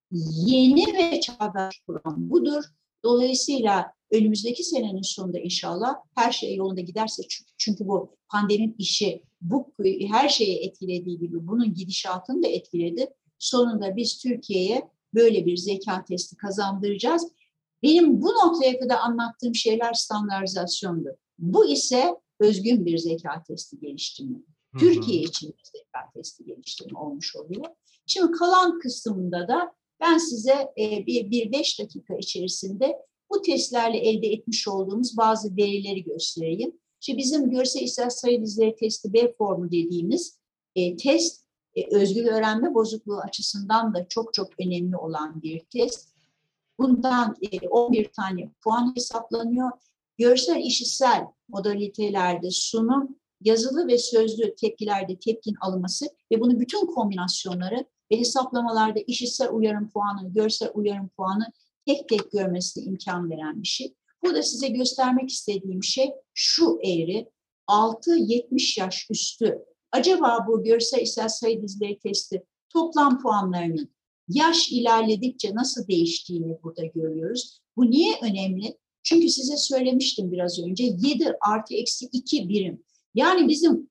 yeni ve çağdaş kuram budur. Dolayısıyla önümüzdeki senenin sonunda inşallah her şey yolunda giderse, çünkü bu pandemi işi bu her şeye etkilediği gibi bunun gidişatını da etkiledi. Sonunda biz Türkiye'ye böyle bir zeka testi kazandıracağız. Benim bu noktaya kadar anlattığım şeyler standartizasyondu. Bu ise özgün bir zeka testi geliştirme. Hı hı. Türkiye için bir zeka testi geliştirme olmuş oluyor. Şimdi kalan kısmında da ben size e, bir, bir beş dakika içerisinde bu testlerle elde etmiş olduğumuz bazı verileri göstereyim. İşte bizim görsel işitsel sayı dizileri testi B formu dediğimiz e, test, e, özgül öğrenme bozukluğu açısından da çok çok önemli olan bir test. Bundan e, on bir tane puan hesaplanıyor. Görsel işitsel modalitelerde sunum, yazılı ve sözlü tepkilerde tepkin alınması ve bunun bütün kombinasyonları ve hesaplamalarda işitsel uyarım puanı, görsel uyarım puanı tek tek görmesine imkan veren bir şey. Burada size göstermek istediğim şey şu eğri, altı yetmiş yaş üstü. Acaba bu görsel işitsel sayı dizileri testi toplam puanlarının yaş ilerledikçe nasıl değiştiğini burada görüyoruz. Bu niye önemli? Çünkü size söylemiştim biraz önce, yedi artı eksi iki birim. Yani bizim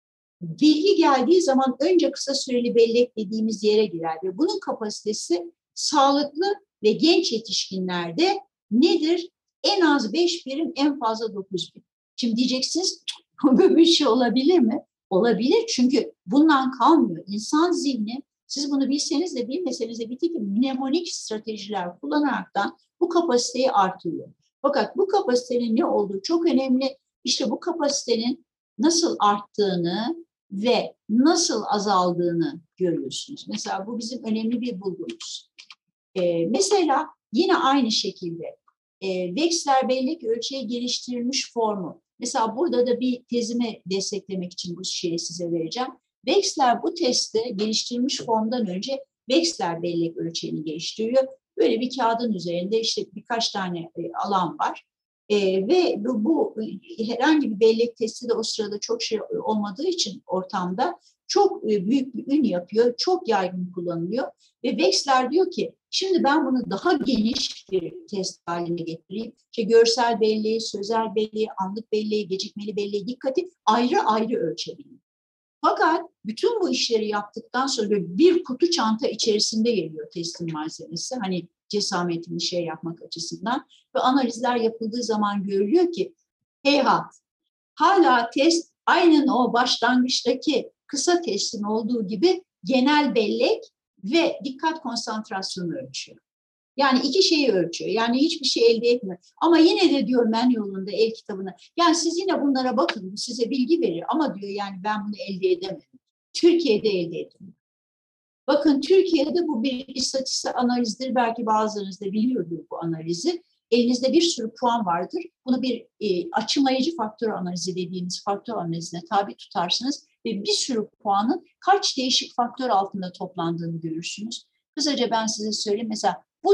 bilgi geldiği zaman önce kısa süreli bellek dediğimiz yere girer ve bunun kapasitesi sağlıklı ve genç yetişkinlerde nedir? En az beş birim, en fazla dokuz birim. Şimdi diyeceksiniz, böyle bir şey olabilir mi? Olabilir, çünkü bundan kalmıyor. İnsan zihni, siz bunu bilseniz de bilmeseniz de bir takım mnemonik stratejiler kullanaraktan bu kapasiteyi artırıyor. Fakat bu kapasitenin ne olduğu çok önemli. İşte bu kapasitenin nasıl arttığını ve nasıl azaldığını görüyorsunuz. Mesela bu bizim önemli bir bulgumuz. Ee, mesela yine aynı şekilde e, Wechsler bellek ölçeği geliştirilmiş formu. Mesela burada da bir tezimi desteklemek için bu şeyi size vereceğim. Wechsler bu testi geliştirilmiş formdan önce Wechsler bellek ölçeğini geliştiriyor. Böyle bir kağıdın üzerinde işte birkaç tane e, alan var. E, ve bu, bu herhangi bir bellek testi de o sırada çok şey olmadığı için ortamda çok e, büyük bir ün yapıyor, çok yaygın kullanılıyor. Ve Wechsler diyor ki, şimdi ben bunu daha geniş bir test haline getireyim. İşte görsel belleği, sözel belleği, anlık belleği, gecikmeli belleği, dikkati ayrı ayrı ölçebileyim. Fakat bütün bu işleri yaptıktan sonra bir kutu çanta içerisinde geliyor testin malzemesi. Hani cesametini şey yapmak açısından ve analizler yapıldığı zaman görülüyor ki heyhat, hala test aynen o başlangıçtaki kısa testin olduğu gibi genel bellek ve dikkat konsantrasyonu ölçüyor. Yani iki şeyi ölçüyor. Yani hiçbir şey elde etmiyor. Ama yine de diyor men yolunda el kitabına. Yani siz yine bunlara bakın. Bu size bilgi verir. Ama diyor yani ben bunu elde edemedim. Türkiye'de elde ettim. Bakın Türkiye'de bu bir istatistik analizdir. Belki bazılarınız da biliyordur bu analizi. Elinizde bir sürü puan vardır. Bunu bir e, açımayıcı faktör analizi dediğimiz faktör analizine tabi tutarsınız ve bir sürü puanın kaç değişik faktör altında toplandığını görürsünüz. Kısaca ben size söyleyeyim. Mesela bu da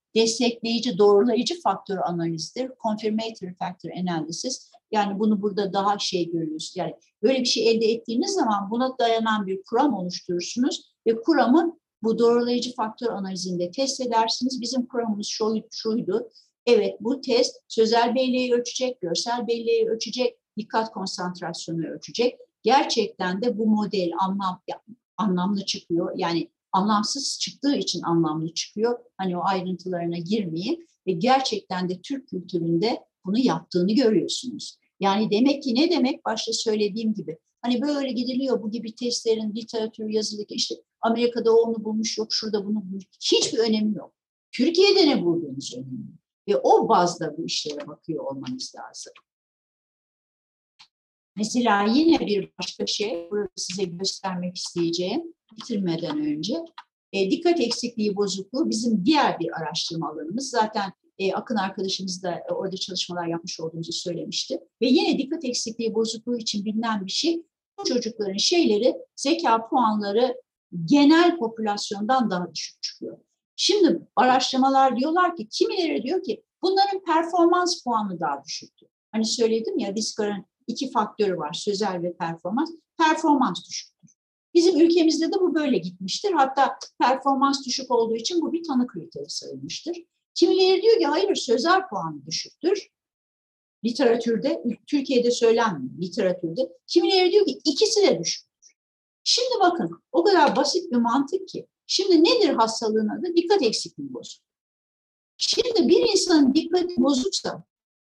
destekleyici, doğrulayıcı faktör analizidir. Confirmatory factor analysis. Yani bunu burada daha şey görüyoruz. Yani böyle bir şey elde ettiğiniz zaman buna dayanan bir kuram oluşturursunuz ve kuramı bu doğrulayıcı faktör analizinde test edersiniz. Bizim kuramımız şuydu, şuydu. Evet, bu test sözel belleği ölçecek, görsel belleği ölçecek, dikkat konsantrasyonu ölçecek. Gerçekten de bu model anlam, anlamlı çıkıyor. Yani anlamsız çıktığı için anlamlı çıkıyor. Hani o ayrıntılarına girmeyeyim. Ve gerçekten de Türk kültüründe bunu yaptığını görüyorsunuz. Yani demek ki ne demek? Başta söylediğim gibi. Hani böyle gidiliyor bu gibi testlerin literatür yazılı işte Amerika'da onu bulmuş yok, şurada bunu bulmuş. Hiçbir önemi yok. Türkiye'de ne bulduğunuz önemli. Ve o bazda bu işlere bakıyor olmanız lazım. Mesela yine bir başka şey, burada size göstermek isteyeceğim, bitirmeden önce. E, dikkat eksikliği bozukluğu bizim diğer bir araştırma alanımız. Zaten e, Akın arkadaşımız da e, orada çalışmalar yapmış olduğumuzu söylemişti. Ve yine dikkat eksikliği bozukluğu için bilinen bir şey, bu çocukların şeyleri, zeka puanları genel popülasyondan daha düşük çıkıyor. Şimdi araştırmalar diyorlar ki, kimileri diyor ki bunların performans puanı daha düşüktür. Hani söyledim ya, Viscar'ın iki faktörü var, sözel ve performans. Performans düşüktür. Bizim ülkemizde de bu böyle gitmiştir. Hatta performans düşük olduğu için bu bir tanı kriteri sayılmıştır. Kimileri diyor ki hayır, sözel puanı düşüktür. Literatürde, Türkiye'de söylenmiyor, literatürde. Kimileri diyor ki ikisi de düşüktür. Şimdi bakın, o kadar basit bir mantık ki. Şimdi nedir hastalığın adı? Dikkat eksikliği bozuk. Şimdi bir insanın dikkati bozuksa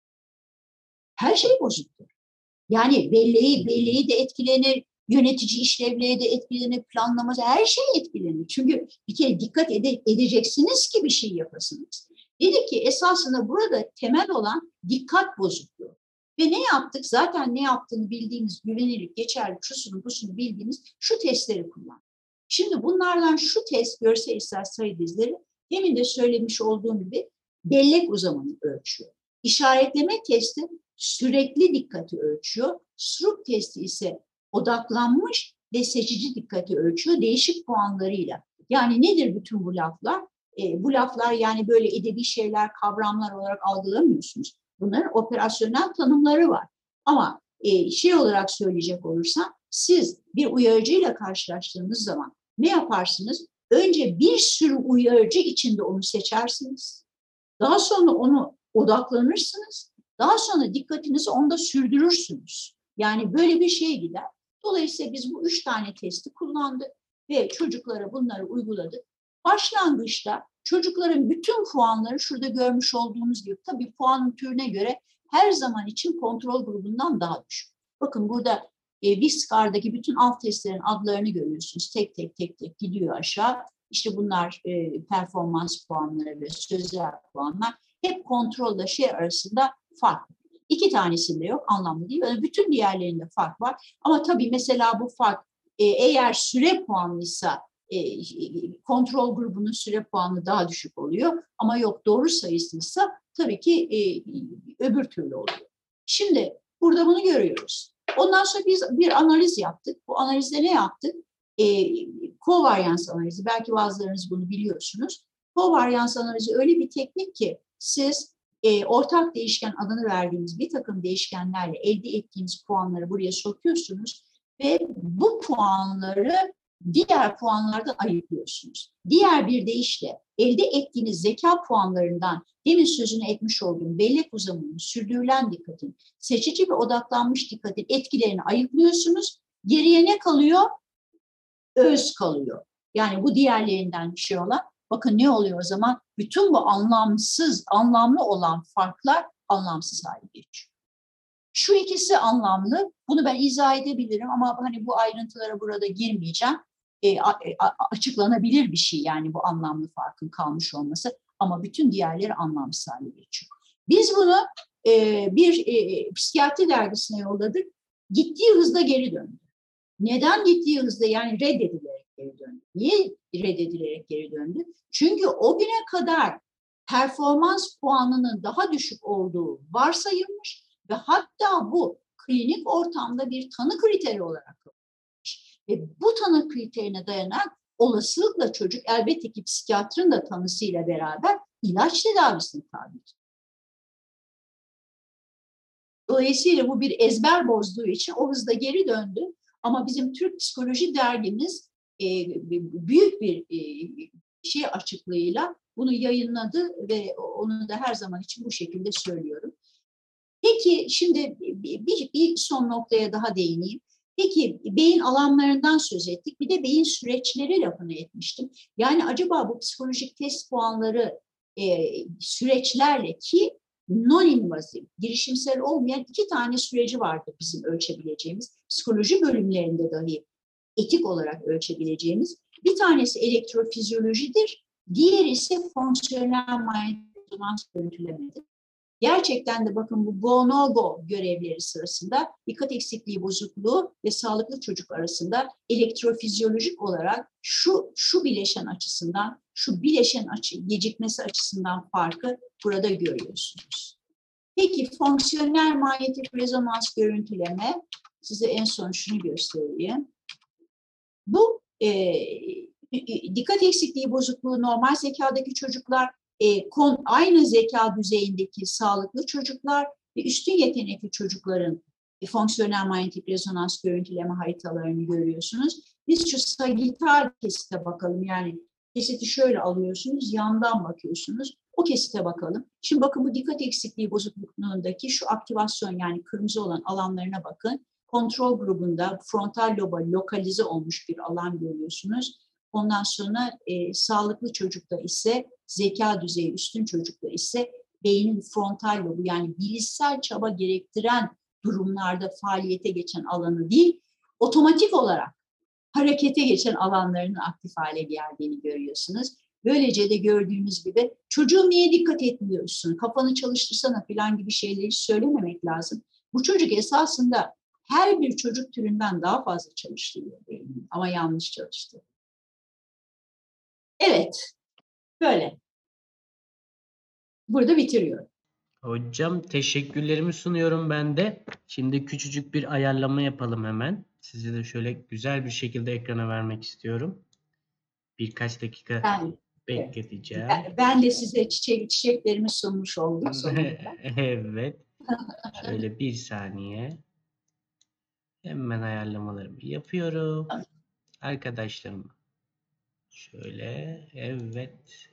her şey bozuktur. Yani belleği, belleği de etkilenir, yönetici işlevleri de etkilenir, planlaması, her şey etkilenir. Çünkü bir kere dikkat ede, edeceksiniz ki bir şey yapasınız. Dedik ki esasında burada temel olan dikkat bozukluğu. Ve ne yaptık? Zaten ne yaptığını bildiğimiz, güvenilir, geçerli, şusunu, busunu bildiğimiz şu testleri kullandık. Şimdi bunlardan şu test, görsel işsel sayı dizileri, demin de söylemiş olduğum gibi bellek uzamını ölçüyor. İşaretleme testi sürekli dikkati ölçüyor. Stroop testi ise odaklanmış ve seçici dikkati ölçüyor değişik puanlarıyla. Yani nedir bütün bu laflar? E, bu laflar yani böyle edebi şeyler, kavramlar olarak algılamıyorsunuz. Bunların operasyonel tanımları var. Ama e, şey olarak söyleyecek olursam, siz bir uyarıcıyla karşılaştığınız zaman ne yaparsınız? Önce bir sürü uyarıcı içinde onu seçersiniz. Daha sonra onu odaklanırsınız. Daha sonra dikkatinizi onda sürdürürsünüz. Yani böyle bir şeye gider. Dolayısıyla biz bu üç tane testi kullandık ve çocuklara bunları uyguladık. Başlangıçta çocukların bütün puanları şurada görmüş olduğunuz gibi, tabii puanın türüne göre her zaman için kontrol grubundan daha düşük. Bakın burada e, Viscar'daki bütün alt testlerin adlarını görüyorsunuz. Tek tek tek tek gidiyor aşağı. İşte bunlar e, performans puanları ve sözel puanlar. Hep kontrolle şey arasında fark. İki tanesinde yok, anlamlı değil. Yani bütün diğerlerinde fark var. Ama tabii mesela bu fark e, eğer süre puanlıysa e, kontrol grubunun süre puanı daha düşük oluyor. Ama yok, doğru sayısıysa tabii ki e, öbür türlü oluyor. Şimdi burada bunu görüyoruz. Ondan sonra biz bir analiz yaptık. Bu analizde ne yaptık? E, kovaryans analizi. Belki bazılarınız bunu biliyorsunuz. Kovaryans analizi öyle bir teknik ki siz e, ortak değişken adını verdiğiniz bir takım değişkenlerle elde ettiğiniz puanları buraya sokuyorsunuz ve bu puanları diğer puanlardan ayırıyorsunuz. Diğer bir deyişle elde ettiğiniz zeka puanlarından demin sözünü etmiş olduğum bellek uzamının, sürdürülen dikkatin, seçici ve odaklanmış dikkatin etkilerini ayıklıyorsunuz. Geriye ne kalıyor? Öz kalıyor. Yani bu diğerlerinden bir şey olan. Bakın ne oluyor o zaman? Bütün bu anlamsız, anlamlı olan farklar anlamsız hale geçiyor. Şu ikisi anlamlı. Bunu ben izah edebilirim ama hani bu ayrıntılara burada girmeyeceğim. E, a, a, açıklanabilir bir şey yani bu anlamlı farkın kalmış olması. Ama bütün diğerleri anlamsız hale geçiyor. Biz bunu e, bir e, psikiyatri dergisine yolladık. Gittiği hızda geri döndü. Neden gittiği hızda? Yani reddedilerek geri döndü. Niye reddedilerek geri döndü? Çünkü o güne kadar performans puanının daha düşük olduğu varsayılmış ve hatta bu klinik ortamda bir tanı kriteri olarak kullanılmış. Ve bu tanı kriterine dayanan olasılıkla çocuk elbette ki psikiyatrın da tanısıyla beraber ilaç tedavisine tabidir. Dolayısıyla bu bir ezber bozduğu için o hızda geri döndü. Ama bizim Türk Psikoloji Dergimiz e, büyük bir e, şey açıklığıyla bunu yayınladı ve onu da her zaman için bu şekilde söylüyorum. Peki şimdi bir, bir son noktaya daha değineyim. Peki beyin alanlarından söz ettik. Bir de beyin süreçleri lafını etmiştim. Yani acaba bu psikolojik test puanları e, süreçlerle ki non-invazif, girişimsel olmayan iki tane süreci vardır bizim ölçebileceğimiz. Psikoloji bölümlerinde dahi etik olarak ölçebileceğimiz. Bir tanesi elektrofizyolojidir. Diğeri ise fonksiyonel manyetik rezonans görüntülemedir. Gerçekten de bakın bu go-no-go görevleri sırasında dikkat eksikliği bozukluğu ve sağlıklı çocuk arasında elektrofizyolojik olarak şu şu bileşen açısından, şu bileşen açı, gecikmesi açısından farkı burada görüyorsunuz. Peki fonksiyonel manyetik rezonans görüntüleme, size en son şunu göstereyim. Bu e, dikkat eksikliği bozukluğu normal zekadaki çocuklar, E, kon, aynı zeka düzeyindeki sağlıklı çocuklar ve üstün yetenekli çocukların e, fonksiyonel manyetik rezonans görüntüleme haritalarını görüyorsunuz. Biz şu sagittal kesite bakalım. Yani kesiti şöyle alıyorsunuz, yandan bakıyorsunuz. O kesite bakalım. Şimdi bakın bu dikkat eksikliği bozukluğundaki şu aktivasyon yani kırmızı olan alanlarına bakın. Kontrol grubunda frontal loba lokalize olmuş bir alan görüyorsunuz. Ondan sonra e, sağlıklı çocukta ise zeka düzeyi üstün çocukta ise beynin frontal lobu yani bilişsel çaba gerektiren durumlarda faaliyete geçen alanı değil, otomatik olarak harekete geçen alanlarının aktif hale geldiğini görüyorsunuz. Böylece de gördüğünüz gibi çocuğum niye dikkat etmiyorsun, kafanı çalıştırsana falan gibi şeyleri söylememek lazım. Bu çocuk esasında her bir çocuk türünden daha fazla çalıştırıyor beynin ama yanlış çalıştı. Evet, böyle. Burada bitiriyorum.
Hocam teşekkürlerimi sunuyorum ben de. Şimdi küçücük bir ayarlama yapalım hemen. Sizi de şöyle güzel bir şekilde ekrana vermek istiyorum. Birkaç dakika
Ben,
bekleteceğim.
ben, ben de size çiçek, çiçeklerimi sunmuş oldum sonunda.
Evet. Şöyle bir saniye. Hemen ayarlamalarımı yapıyorum. Arkadaşlarım. Şöyle. Evet.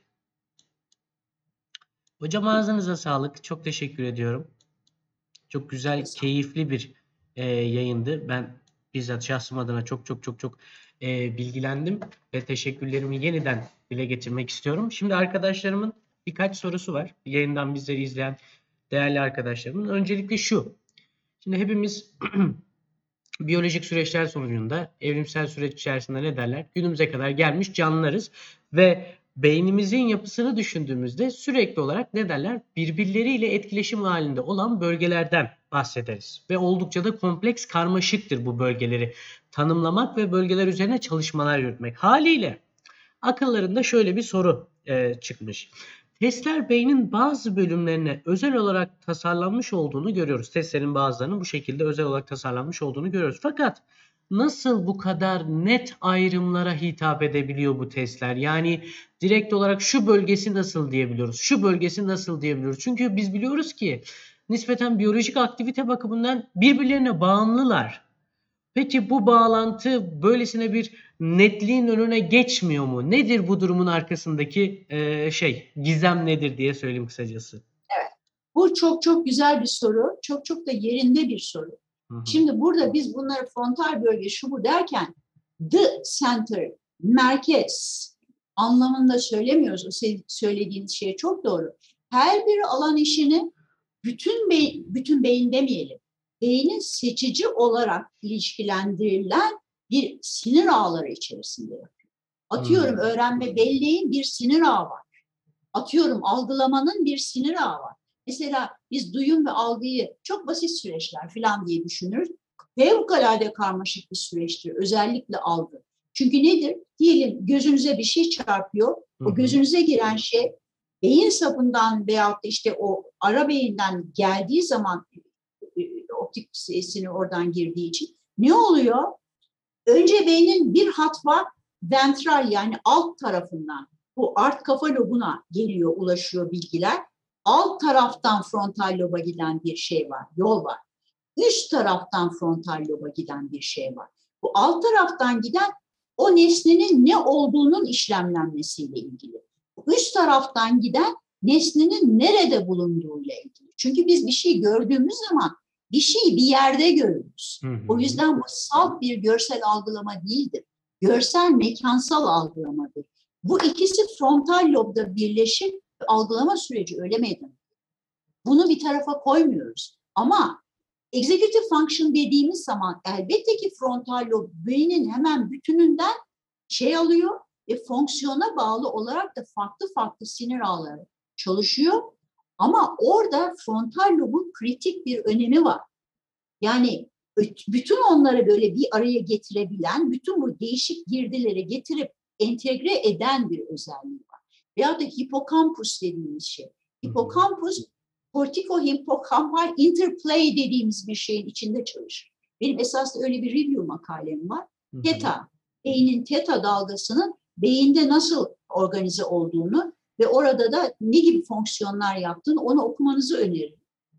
Hocam ağzınıza sağlık. Çok teşekkür ediyorum. Çok güzel, keyifli bir e, yayındı. Ben bizzat şahsım adına çok çok çok çok e, bilgilendim ve teşekkürlerimi yeniden dile getirmek istiyorum. Şimdi arkadaşlarımın birkaç sorusu var. Yayından bizleri izleyen değerli arkadaşlarımın. Öncelikle şu. Şimdi hepimiz biyolojik süreçler sonucunda evrimsel süreç içerisinde ne derler? Günümüze kadar gelmiş canlılarız ve beynimizin yapısını düşündüğümüzde sürekli olarak ne derler? Birbirleriyle etkileşim halinde olan bölgelerden bahsederiz. Ve oldukça da kompleks, karmaşıktır bu bölgeleri tanımlamak ve bölgeler üzerine çalışmalar yürütmek. Haliyle akıllarında şöyle bir soru e, çıkmış. Testler beynin bazı bölümlerine özel olarak tasarlanmış olduğunu görüyoruz. Testlerin bazılarının bu şekilde özel olarak tasarlanmış olduğunu görüyoruz. Fakat nasıl bu kadar net ayrımlara hitap edebiliyor bu testler? Yani direkt olarak şu bölgesi nasıl diyebiliyoruz, şu bölgesi nasıl diyebiliyoruz? Çünkü biz biliyoruz ki nispeten biyolojik aktivite bakımından birbirlerine bağımlılar. Peki bu bağlantı böylesine bir netliğin önüne geçmiyor mu? Nedir bu durumun arkasındaki e, şey, gizem nedir diye söyleyeyim kısacası.
Evet. Bu çok çok güzel bir soru. Çok çok da yerinde bir soru.
Hı hı.
Şimdi burada biz bunları frontal bölge şu bu derken the center, merkez anlamında söylemiyoruz. O söylediğiniz şey çok doğru. Her bir alan işini bütün beyin, bütün beyin demeyelim. Beynin seçici olarak ilişkilendirilen bir sinir ağları içerisinde yapıyor. Atıyorum
Hmm.
öğrenme belleğin bir sinir ağı var. Atıyorum algılamanın bir sinir ağı var. Mesela biz duyum ve algıyı çok basit süreçler falan diye düşünürüz. Fevkalade karmaşık bir süreçtir. Özellikle algı. Çünkü nedir? Diyelim gözünüze bir şey çarpıyor.
Hı
O
hı.
gözünüze giren şey beyin sapından veyahut da işte o ara beyinden geldiği zaman optik sinir oradan girdiği için ne oluyor? Önce beynin bir hat var. ventral yani alt tarafından bu art kafa lobuna geliyor, ulaşıyor bilgiler. Alt taraftan frontal loba giden bir şey var, yol var. Üst taraftan frontal loba giden bir şey var. Bu alt taraftan giden o nesnenin ne olduğunun işlemlenmesiyle ilgili. Üst taraftan giden nesnenin nerede bulunduğuyla ilgili. Çünkü biz bir şey gördüğümüz zaman bir şeyi bir yerde görürüz.
Hı hı.
O yüzden bu salt bir görsel algılama değildir. Görsel mekansal algılamadır. Bu ikisi frontal lobda birleşip algılama süreci öyle meydana. Bunu bir tarafa koymuyoruz. Ama executive function dediğimiz zaman elbette ki frontal lob beynin hemen bütününden şey alıyor ve fonksiyona bağlı olarak da farklı farklı sinir ağları çalışıyor. Ama orada frontal lobun kritik bir önemi var. Yani bütün onları böyle bir araya getirebilen, bütün bu değişik girdileri getirip entegre eden bir özelliği var. Veyahut da hipokampus dediğimiz şey. Hipokampus, kortiko-hipokampal interplay dediğimiz bir şeyin içinde çalışır. Benim esasında öyle bir review makalem var. Teta, beynin teta dalgasının beyinde nasıl organize olduğunu ve orada da ne gibi fonksiyonlar yaptığını onu okumanızı öneririm.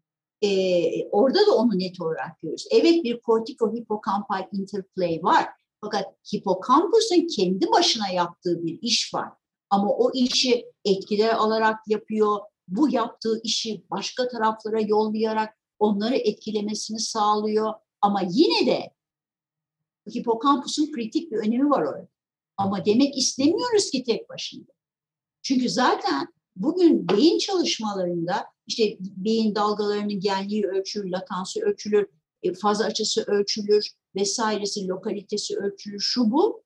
Ee, orada da onu net olarak görüyoruz. Evet bir kortiko-hipokampal interplay var. Fakat hipokampusun kendi başına yaptığı bir iş var. Ama o işi etkiler alarak yapıyor. Bu yaptığı işi başka taraflara yollayarak onları etkilemesini sağlıyor. Ama yine de hipokampusun kritik bir önemi var orada. Ama demek istemiyoruz ki tek başına. Çünkü zaten bugün beyin çalışmalarında işte beyin dalgalarının genliği ölçülür, latansı ölçülür, faz açısı ölçülür, vesairesi, lokalitesi ölçülür, şu bu.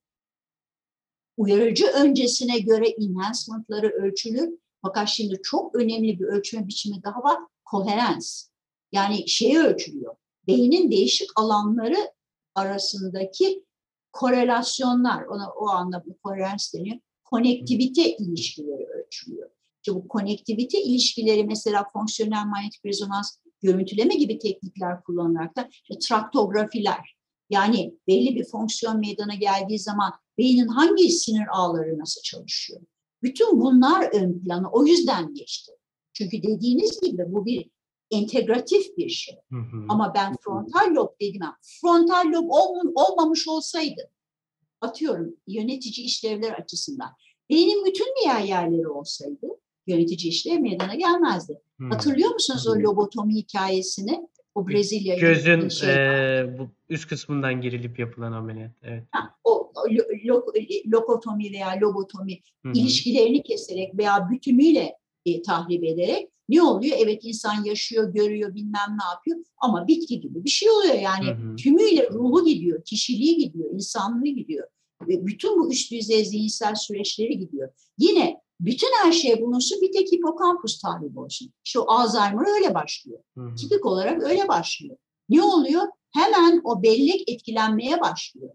Uyarıcı öncesine göre enhancement'ları ölçülür. Fakat şimdi çok önemli bir ölçme biçimi daha var, koherans. Yani şey ölçülüyor, beynin değişik alanları arasındaki korelasyonlar, ona o anlamda bu koherans deniyor, konektivite ilişkileri ölçülüyor. İşte bu konektivite ilişkileri mesela fonksiyonel manyetik rezonans görüntüleme gibi teknikler kullanılarak da işte traktografiler, yani belli bir fonksiyon meydana geldiği zaman beynin hangi sinir ağları nasıl çalışıyor? Bütün bunlar ön plana o yüzden geçti. Çünkü dediğiniz gibi bu bir entegratif bir şey. Hı hı. Ama ben frontal lob dedim. Frontal lob ol, olmamış olsaydı, atıyorum yönetici işlevler açısından, beynin bütün diğer yerleri olsaydı yönetici işlev meydana gelmezdi. Hmm. Hatırlıyor musunuz o lobotomi hikayesini? O Brezilya
gözün şey, e, bu üst kısmından girilip yapılan ameliyat. Evet.
Ha, o lo, lo, lokotomi veya lobotomi Hı-hı. ilişkilerini keserek veya bütünüyle e, tahrip ederek ne oluyor? Evet insan yaşıyor, görüyor, bilmem ne yapıyor ama bitki gibi bir şey oluyor yani. Hı-hı. Tümüyle ruhu gidiyor, kişiliği gidiyor, insanlığı gidiyor. Ve bütün bu üst düzey zihinsel süreçleri gidiyor. Yine bütün her şey bulunsun, bir tek hipokampus tahrip olsun. İşte o Alzheimer öyle başlıyor. Hı-hı. Tipik olarak öyle başlıyor. Ne oluyor? Hemen o bellek etkilenmeye başlıyor.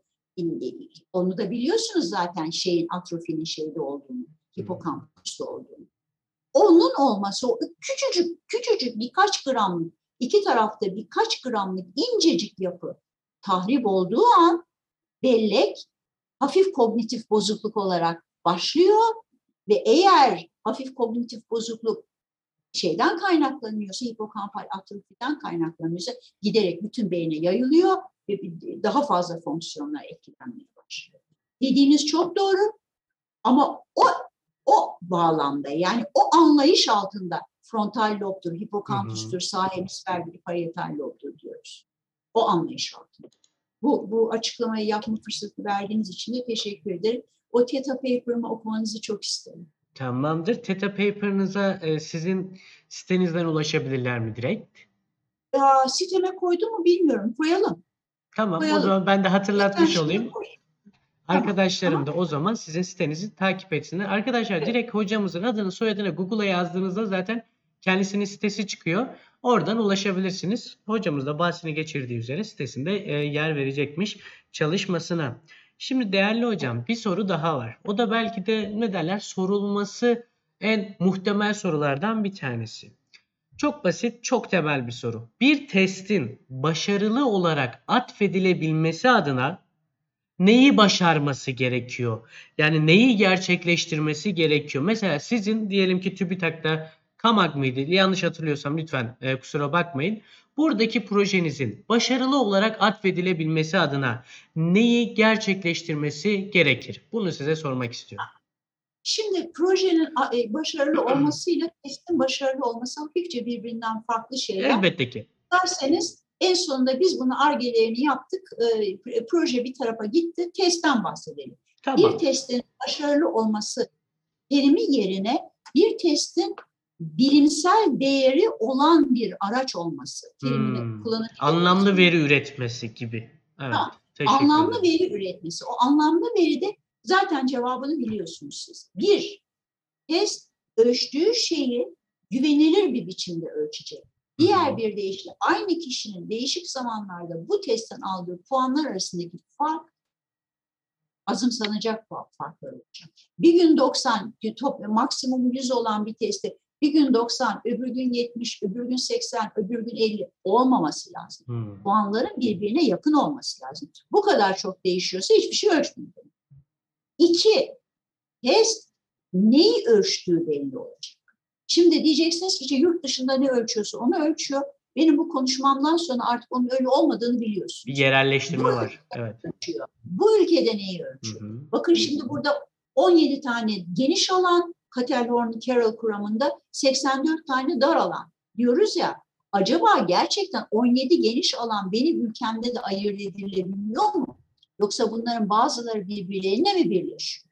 Onu da biliyorsunuz zaten şeyin, atrofinin şeyde olduğunu, hipokampusta olduğunu. Onun olması, o küçücük, küçücük birkaç gramlık, iki tarafta birkaç gramlık incecik yapı tahrip olduğu an bellek hafif kognitif bozukluk olarak başlıyor ve eğer hafif kognitif bozukluk şeyden kaynaklanıyorsa, hipokampal atrofiden kaynaklanıyorsa giderek bütün beyne yayılıyor ve daha fazla fonksiyonlar etkilenmeye başlıyor. Dediğiniz çok doğru ama o o bağlamda yani o anlayış altında frontal lobdur, hipokampüstür, sağ hemisferdir, parietal lobdur diyoruz. O anlayış altında. Bu, bu açıklamayı yapma fırsatı verdiğiniz için de teşekkür ederim. O Theta Paper'ımı okumanızı çok isterim.
Tamamdır. Theta Paper'ınıza e, sizin sitenizden ulaşabilirler mi direkt?
Ya, siteme koydum mu bilmiyorum. Koyalım.
Tamam.
Koyalım.
O zaman ben de hatırlatmış
Zaten
olayım. Arkadaşlarım tamam. da o zaman sizin sitenizi takip etsinler. Arkadaşlar evet. direkt hocamızın adını soyadını Google'a yazdığınızda zaten kendisinin sitesi çıkıyor. Oradan ulaşabilirsiniz. Hocamız da bahsini geçirdiği üzere sitesinde e, yer verecekmiş çalışmasına. Şimdi değerli hocam bir soru daha var. O da belki de ne derler sorulması en muhtemel sorulardan bir tanesi. Çok basit, çok temel bir soru. Bir testin başarılı olarak atfedilebilmesi adına neyi başarması gerekiyor? Yani neyi gerçekleştirmesi gerekiyor? Mesela sizin diyelim ki TÜBİTAK'ta KAMAG mıydı? Yanlış hatırlıyorsam lütfen e, kusura bakmayın. Buradaki projenizin başarılı olarak atfedilebilmesi adına neyi gerçekleştirmesi gerekir? Bunu size sormak istiyorum.
Şimdi projenin a- e, başarılı olmasıyla testin başarılı olması hafifçe birbirinden farklı şeyler.
Elbette ki.
Derseniz en sonunda biz bunu Ar-Ge'lerini yaptık, e, proje bir tarafa gitti, testten bahsedelim. Bir
Tamam.
testin başarılı olması terimi yerine bir testin bilimsel değeri olan bir araç olması terimini
Hmm.
kullanacağız.
Anlamlı veri üretmesi gibi. Evet.
Tamam.
Teşekkür
Anlamlı
ederim.
veri üretmesi. O anlamlı veride zaten cevabını biliyorsunuz siz. Bir, test ölçtüğü şeyi güvenilir bir biçimde ölçecek. Diğer bir deyişle aynı kişinin değişik zamanlarda bu testten aldığı puanlar arasındaki fark azımsanacak farklar olacak. Bir gün doksan, top, maksimum yüz olan bir testte bir gün doksan, öbür gün yetmiş, öbür gün seksen, öbür gün elli olmaması lazım.
Hmm.
Puanların birbirine yakın olması lazım. Bu kadar çok değişiyorsa hiçbir şey ölçmüyor. İki, test neyi ölçtüğü belli olacak. Şimdi diyeceksiniz ki işte yurt dışında ne ölçüyorsa onu ölçüyor. Benim bu konuşmamdan sonra artık onun öyle olmadığını biliyorsunuz.
Bir yerelleştirme
Bu
var. Evet.
ölçüyor. Bu ülkede neyi ölçüyor?
Hı hı.
Bakın şimdi burada on yedi tane geniş alan, Catelorn-Carroll kuramında seksen dört tane dar alan diyoruz ya. Acaba gerçekten on yedi geniş alan benim ülkemde de ayırt edilebiliyor mu? Yoksa bunların bazıları birbirlerine mi birleşiyor?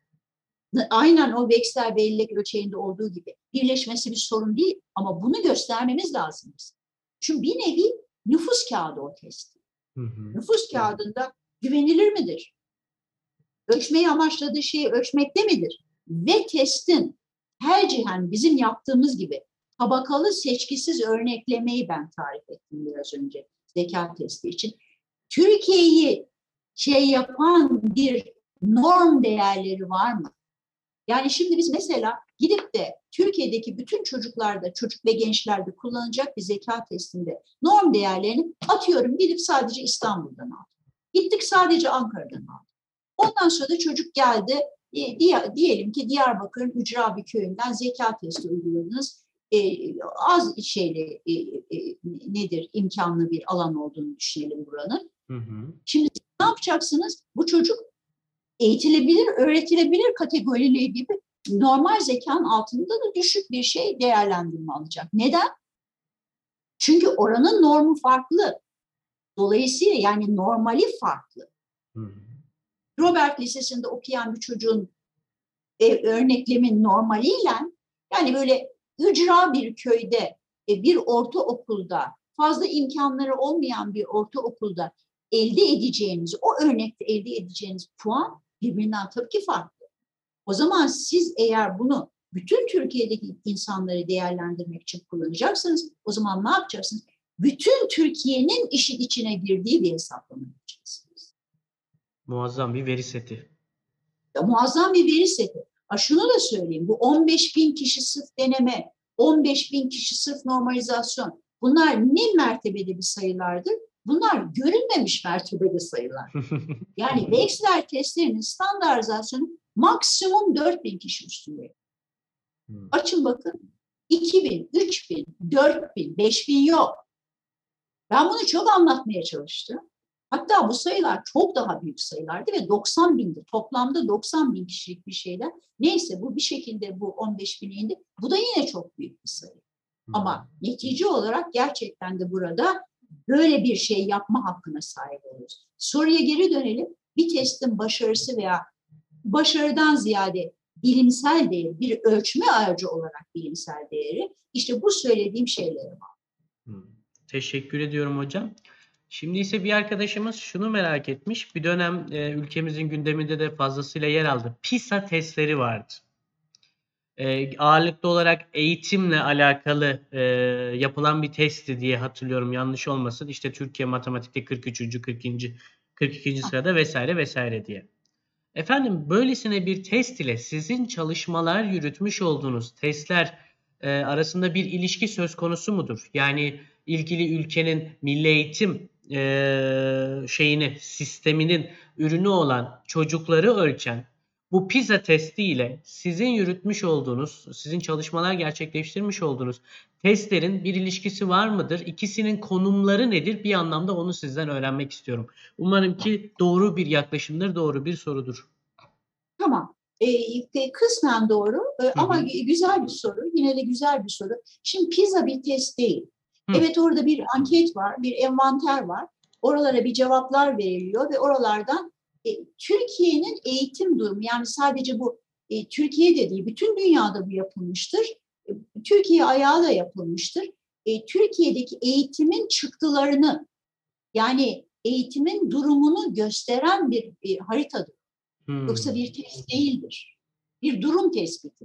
Aynen o Wechsler bellek ölçeğinde olduğu gibi birleşmesi bir sorun değil ama bunu göstermemiz lazım. Çünkü bir nevi nüfus kağıdı o testi.
Hı hı.
Nüfus kağıdında güvenilir midir? Ölçmeyi amaçladığı şeyi ölçmekte midir? Ve testin tercihen bizim yaptığımız gibi tabakalı seçkisiz örneklemeyi ben tarif ettim biraz önce zeka testi için. Türkiye'yi şey yapan bir norm değerleri var mı? Yani şimdi biz mesela gidip de Türkiye'deki bütün çocuklarda, çocuk ve gençlerde kullanacak bir zeka testinde norm değerlerini atıyorum gidip sadece İstanbul'dan aldık. Gittik sadece Ankara'dan aldık. Ondan sonra da çocuk geldi, e, diyelim ki Diyarbakır'ın ücra bir köyünden zeka testi uyguladınız. E, az şeyle e, e, nedir imkanlı bir alan olduğunu düşünelim buranın. Hı hı. Şimdi ne yapacaksınız? Bu çocuk eğitilebilir, öğretilebilir kategorileri gibi normal zekanın altında da düşük bir şey değerlendirme alacak. Neden? Çünkü oranın normu farklı. Dolayısıyla yani normali farklı. Hmm. Robert Lisesi'nde okuyan bir çocuğun e, örneklemin normaliyle yani böyle ücra bir köyde e, bir ortaokulda fazla imkanları olmayan bir ortaokulda elde edeceğiniz, o örnekte elde edeceğiniz puan birbirinden tabii ki farklı. O zaman siz eğer bunu bütün Türkiye'deki insanları değerlendirmek için kullanacaksınız, o zaman ne yapacaksınız? Bütün Türkiye'nin işin içine girdiği bir hesaplama yapacaksınız.
Muazzam bir veri seti.
Ya, muazzam bir veri seti. Ha, şunu da söyleyeyim, bu on beş bin kişi sırf deneme, on beş bin kişi sırf normalizasyon, bunlar ne mertebede bir sayılardır? Bunlar görünmemiş mertebede sayılar. Yani Wechsler testlerinin standartizasyonu maksimum dört bin kişi üstünde. Hmm. Açın bakın. iki bin, üç bin, dört bin, beş bin yok. Ben bunu çok anlatmaya çalıştım. Hatta bu sayılar çok daha büyük sayılardı ve doksan bindi. Toplamda doksan bin kişilik bir şeyden. Neyse bu bir şekilde bu on beş bine indi. Bu da yine çok büyük bir sayı. Hmm. Ama netice olarak gerçekten de burada böyle bir şey yapma hakkına sahip oluyoruz. Soruya geri dönelim. Bir testin başarısı veya başarıdan ziyade bilimsel değeri, bir ölçme aracı olarak bilimsel değeri, işte bu söylediğim şeylere var.
Hmm. Teşekkür ediyorum hocam. Şimdi ise bir arkadaşımız şunu merak etmiş. Bir dönem e, ülkemizin gündeminde de fazlasıyla yer aldı. PISA testleri vardı. E, ağırlıklı olarak eğitimle alakalı e, yapılan bir testti diye hatırlıyorum. Yanlış olmasın. İşte Türkiye matematikte kırk üçüncü. kırk ikinci. kırk ikinci sırada vesaire vesaire diye. Efendim böylesine bir test ile sizin çalışmalar yürütmüş olduğunuz testler e, arasında bir ilişki söz konusu mudur? Yani ilgili ülkenin milli eğitim eee, şeyini, sisteminin ürünü olan çocukları ölçen bu PISA testi ile sizin yürütmüş olduğunuz, sizin çalışmalar gerçekleştirmiş olduğunuz testlerin bir ilişkisi var mıdır? İkisinin konumları nedir? Bir anlamda onu sizden öğrenmek istiyorum. Umarım ki doğru bir yaklaşımdır, doğru bir sorudur.
Tamam. Ee, kısmen doğru e,
Hı
ama
hı.
güzel bir soru. Yine de güzel bir soru. Şimdi PISA bir test değil.
Hı.
Evet, orada bir anket var, bir envanter var. Oralara bir cevaplar veriliyor ve oralardan e, Türkiye'nin eğitim durumu, yani sadece bu e, Türkiye'de değil, bütün dünyada bu yapılmıştır. E, Türkiye ayağı da yapılmıştır. E, Türkiye'deki eğitimin çıktılarını, yani eğitimin durumunu gösteren bir e, haritadır. Yoksa
Hmm.
bir test değildir. Bir durum tespiti.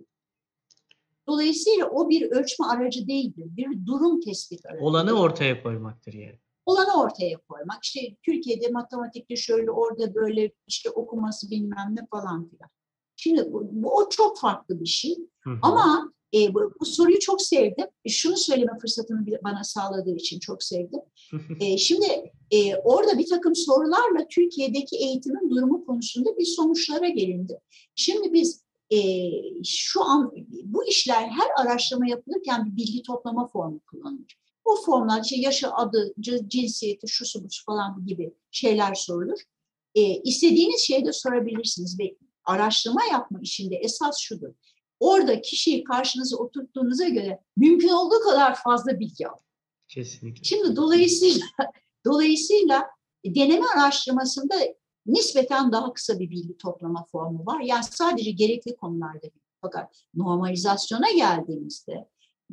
Dolayısıyla o bir ölçme aracı değildir. Bir durum tespit
Olanı
aracıdır.
ortaya koymaktır yani.
Olanı ortaya koymak. İşte Türkiye'de matematikte şöyle, orada böyle, işte okuması bilmem ne falan filan. Şimdi bu, bu o çok farklı bir şey.
Hı hı.
Ama e, bu, bu soruyu çok sevdim. E, şunu söyleme fırsatını bana sağladığı için çok sevdim. E, şimdi e, orada bir takım sorularla Türkiye'deki eğitimin durumu konusunda bir sonuçlara gelindi. Şimdi biz e, şu an bu işler, her araştırma yapılırken bir bilgi toplama formu kullanılır. O formlar işte yaşı, adı, cinsiyeti, şusu busu falan gibi şeyler sorulur. E, istediğiniz şeyi de sorabilirsiniz ve araştırma yapma işinde esas şudur. Orada kişiyi karşınıza oturttuğunuza göre mümkün olduğu kadar fazla bilgi alın.
Kesinlikle.
Şimdi dolayısıyla dolayısıyla deneme araştırmasında nispeten daha kısa bir bilgi toplama formu var. Yani sadece gerekli konularda. Fakat normalizasyona geldiğimizde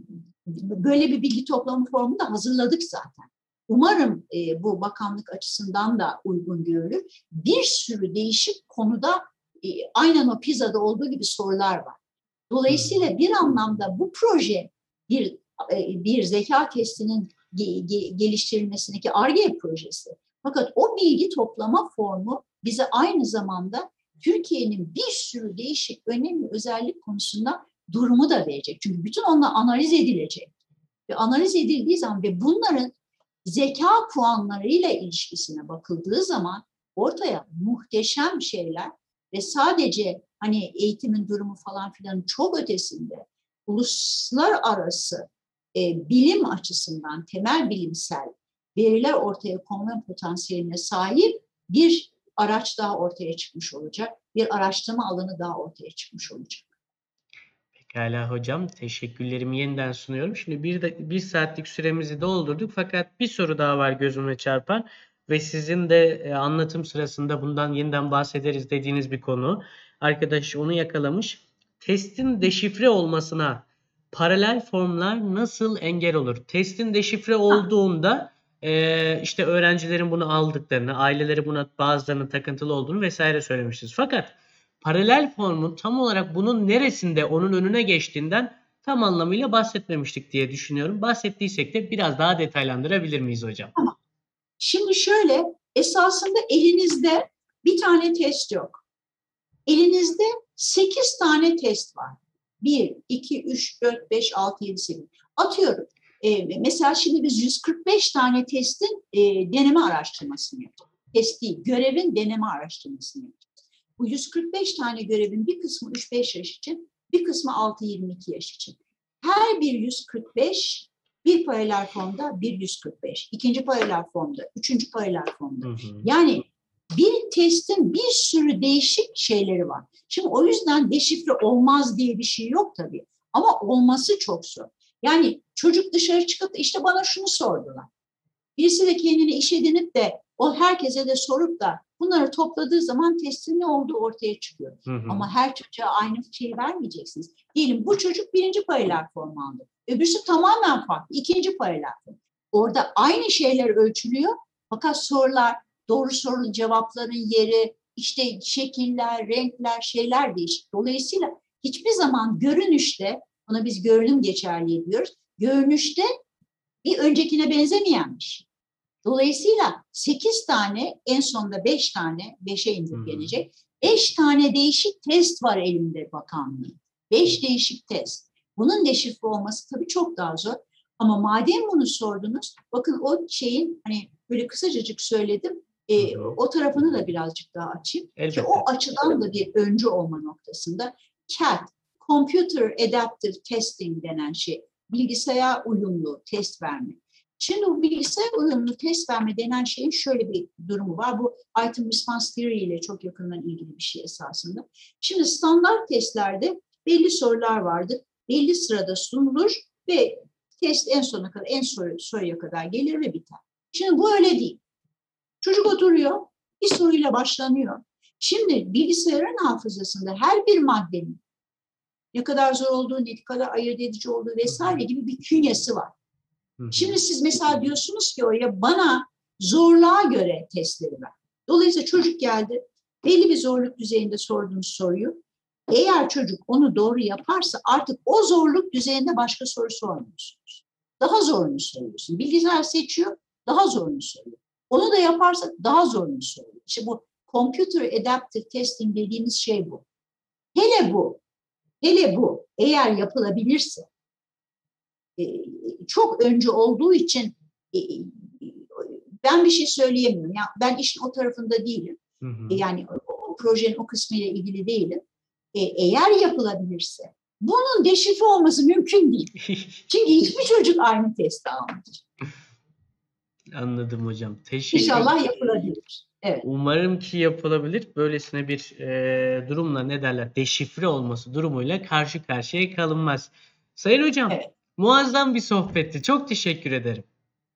böyle bir bilgi toplama formu da hazırladık zaten. Umarım e, bu bakanlık açısından da uygun görülür. Bir sürü değişik konuda e, aynen o PISA'da olduğu gibi sorular var. Dolayısıyla bir anlamda bu proje bir bir zeka testinin geliştirilmesindeki Ar-Ge projesi. Fakat o bilgi toplama formu bize aynı zamanda Türkiye'nin bir sürü değişik önemli özellik konusunda durumu da verecek. Çünkü bütün onlar analiz edilecek. Ve analiz edildiği zaman ve bunların zeka puanlarıyla ilişkisine bakıldığı zaman ortaya muhteşem şeyler ve sadece hani eğitimin durumu falan filan çok ötesinde uluslararası e, bilim açısından temel bilimsel veriler ortaya konma potansiyeline sahip bir araç daha ortaya çıkmış olacak. Bir araştırma alanı daha ortaya çıkmış olacak.
Pekala hocam, teşekkürlerimi yeniden sunuyorum. Şimdi bir, de, bir saatlik süremizi doldurduk fakat bir soru daha var gözüme çarpan ve sizin de e, anlatım sırasında bundan yeniden bahsederiz dediğiniz bir konu. Arkadaş onu yakalamış. Testin deşifre olmasına paralel formlar nasıl engel olur? Testin deşifre olduğunda e, işte öğrencilerin bunu aldıklarını, aileleri buna bazılarının takıntılı olduğunu vesaire söylemiştiniz. Fakat paralel formun tam olarak bunun neresinde onun önüne geçtiğinden tam anlamıyla bahsetmemiştik diye düşünüyorum. Bahsettiysek de biraz daha detaylandırabilir miyiz hocam?
Tamam. Şimdi şöyle, esasında elinizde bir tane test yok. Elinizde sekiz tane test var. bir, iki, üç, dört, beş, altı, yedi, sekiz. Atıyorum. Ee, mesela şimdi biz yüz kırk beş tane testin e, deneme araştırmasını yapacağız. Test değil, görevin deneme araştırmasını yapacağız. Bu yüz kırk beş tane görevin bir kısmı üç beş yaş için, bir kısmı altı yirmi iki yaş için. Her bir yüz kırk beş bir paralel formda bir yüz kırk beş, ikinci paralel formda, üçüncü paralel formda.
Hı hı.
Yani bir testin bir sürü değişik şeyleri var. Şimdi o yüzden deşifre olmaz diye bir şey yok tabii. Ama olması çok zor. Yani çocuk dışarı çıkıp işte bana şunu sordular. Birisi de kendini iş edinip de o herkese de sorup da bunları topladığı zaman testin ne olduğu ortaya çıkıyor.
Hı hı.
Ama her çocuğa aynı şeyi vermeyeceksiniz. Diyelim bu çocuk birinci paralel form aldı. Öbürsü tamamen farklı. İkinci paralel form. Orada aynı şeyler ölçülüyor. Fakat sorular, doğru sorulu cevapların yeri, işte şekiller, renkler, şeyler değişik. Dolayısıyla hiçbir zaman görünüşte, ona biz görünüm geçerli diyoruz. Görünüşte bir öncekine benzemeyen bir şey. Dolayısıyla sekiz tane, en sonunda beş tane, beşe indirgenecek. beş tane değişik test var elimde bakanlığın. beş değişik test. Bunun deşifre olması tabii çok daha zor. Ama madem bunu sordunuz, bakın o şeyin hani böyle kısacacık söyledim, e,
Hı hı.
o tarafını da birazcık daha açayım. Ki
Elbette.
o açıdan da bir öncü olma noktasında C A T, Computer Adaptive Testing denen şey, bilgisayar uyumlu test verme. Şimdi bu bilgisayar uyumlu test verme denen şeyin şöyle bir durumu var. Bu Item Response Theory ile çok yakından ilgili bir şey esasında. Şimdi standart testlerde belli sorular vardır. Belli sırada sunulur ve test en sona kadar, en soru, soruya kadar gelir ve biter. Şimdi bu öyle değil. Çocuk oturuyor, bir soruyla başlanıyor. Şimdi bilgisayarın hafızasında her bir maddenin ne kadar zor olduğu, ne kadar ayırt edici olduğu vesaire gibi bir künyesi var.
Hı hı.
Şimdi siz mesela diyorsunuz ki oraya bana zorluğa göre testleri ver. Dolayısıyla çocuk geldi, belli bir zorluk düzeyinde sorduğunuz soruyu, eğer çocuk onu doğru yaparsa artık o zorluk düzeyinde başka soru sormuyorsunuz. Daha zorunu soruyorsun. Bilgisayar seçiyor, daha zorunu soruyor. Onu da yaparsa daha zorunu soruyor. İşte bu Computer Adaptive Testing dediğimiz şey bu. Hele bu, hele bu eğer yapılabilirse, çok öncü olduğu için ben bir şey söyleyemiyorum. Yani ben işin o tarafında değilim.
Hı hı.
Yani o, o projenin o kısmıyla ilgili değilim. E, eğer yapılabilirse bunun deşifre olması mümkün değil. Çünkü hiçbir çocuk aynı testi almayacak.
Anladım hocam. Teşekkür.
İnşallah yapılabilir. Evet.
Umarım ki yapılabilir. Böylesine bir e, durumla ne derler? Deşifre olması durumuyla karşı karşıya kalınmaz. Sayın hocam,
Evet.
muazzam bir sohbetti. Çok teşekkür ederim.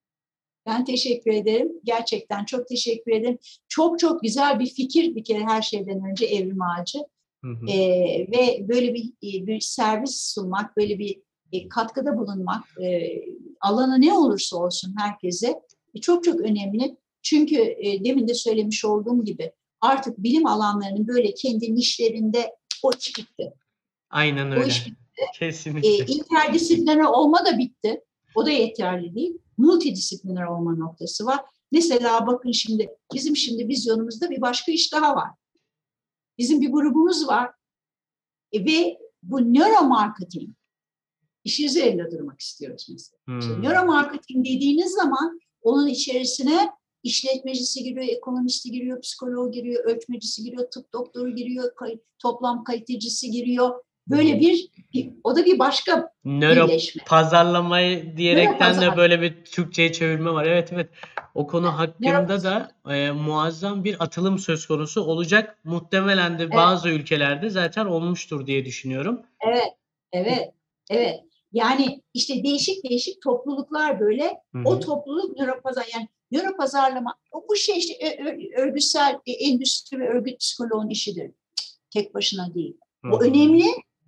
Ben teşekkür ederim. Gerçekten çok teşekkür ederim. Çok çok güzel bir fikir bir kere her şeyden önce Evrim Ağacı.
Hı hı.
Ee, ve böyle bir, bir servis sunmak, böyle bir e, katkıda bulunmak, e, alanı ne olursa olsun herkese e, çok çok önemli. Çünkü e, demin de söylemiş olduğum gibi artık bilim alanlarının böyle kendi nişlerinde o iş bitti.
Aynen
O
öyle.
iş bitti. E,
Kesinlikle.
interdisipliner olma da bitti. O da yeterli değil. Multidisipliner olma noktası var. Mesela bakın şimdi bizim şimdi vizyonumuzda bir başka iş daha var. Bizim bir grubumuz var. E, ve bu nöromarketing işi üzerinde durmak istiyoruz mesela.
Hmm.
İşte nöromarketing dediğiniz zaman onun içerisine işletmecisi giriyor, ekonomisti giriyor, psikoloğu giriyor, ölçmecisi giriyor, tıp doktoru giriyor, kay- toplam kalitecisi giriyor. Böyle bir, bir o da bir başka
Nöro
birleşme.
pazarlamayı diyerekten de
Nöropazar.
böyle bir Türkçe'ye çevirme var. Evet evet. O konu hakkında
Nöro,
da e, muazzam bir atılım söz konusu olacak. Muhtemelen de
evet,
bazı ülkelerde zaten olmuştur diye düşünüyorum.
evet, evet, evet. Yani işte değişik değişik topluluklar böyle,
Hı
o
hı.
topluluk nöropazar, yani nöropazarlama, o bu şey işte örgütsel, endüstri ve örgüt psikoloğun işidir. Tek başına değil.
Hı
Bu
hı.
önemli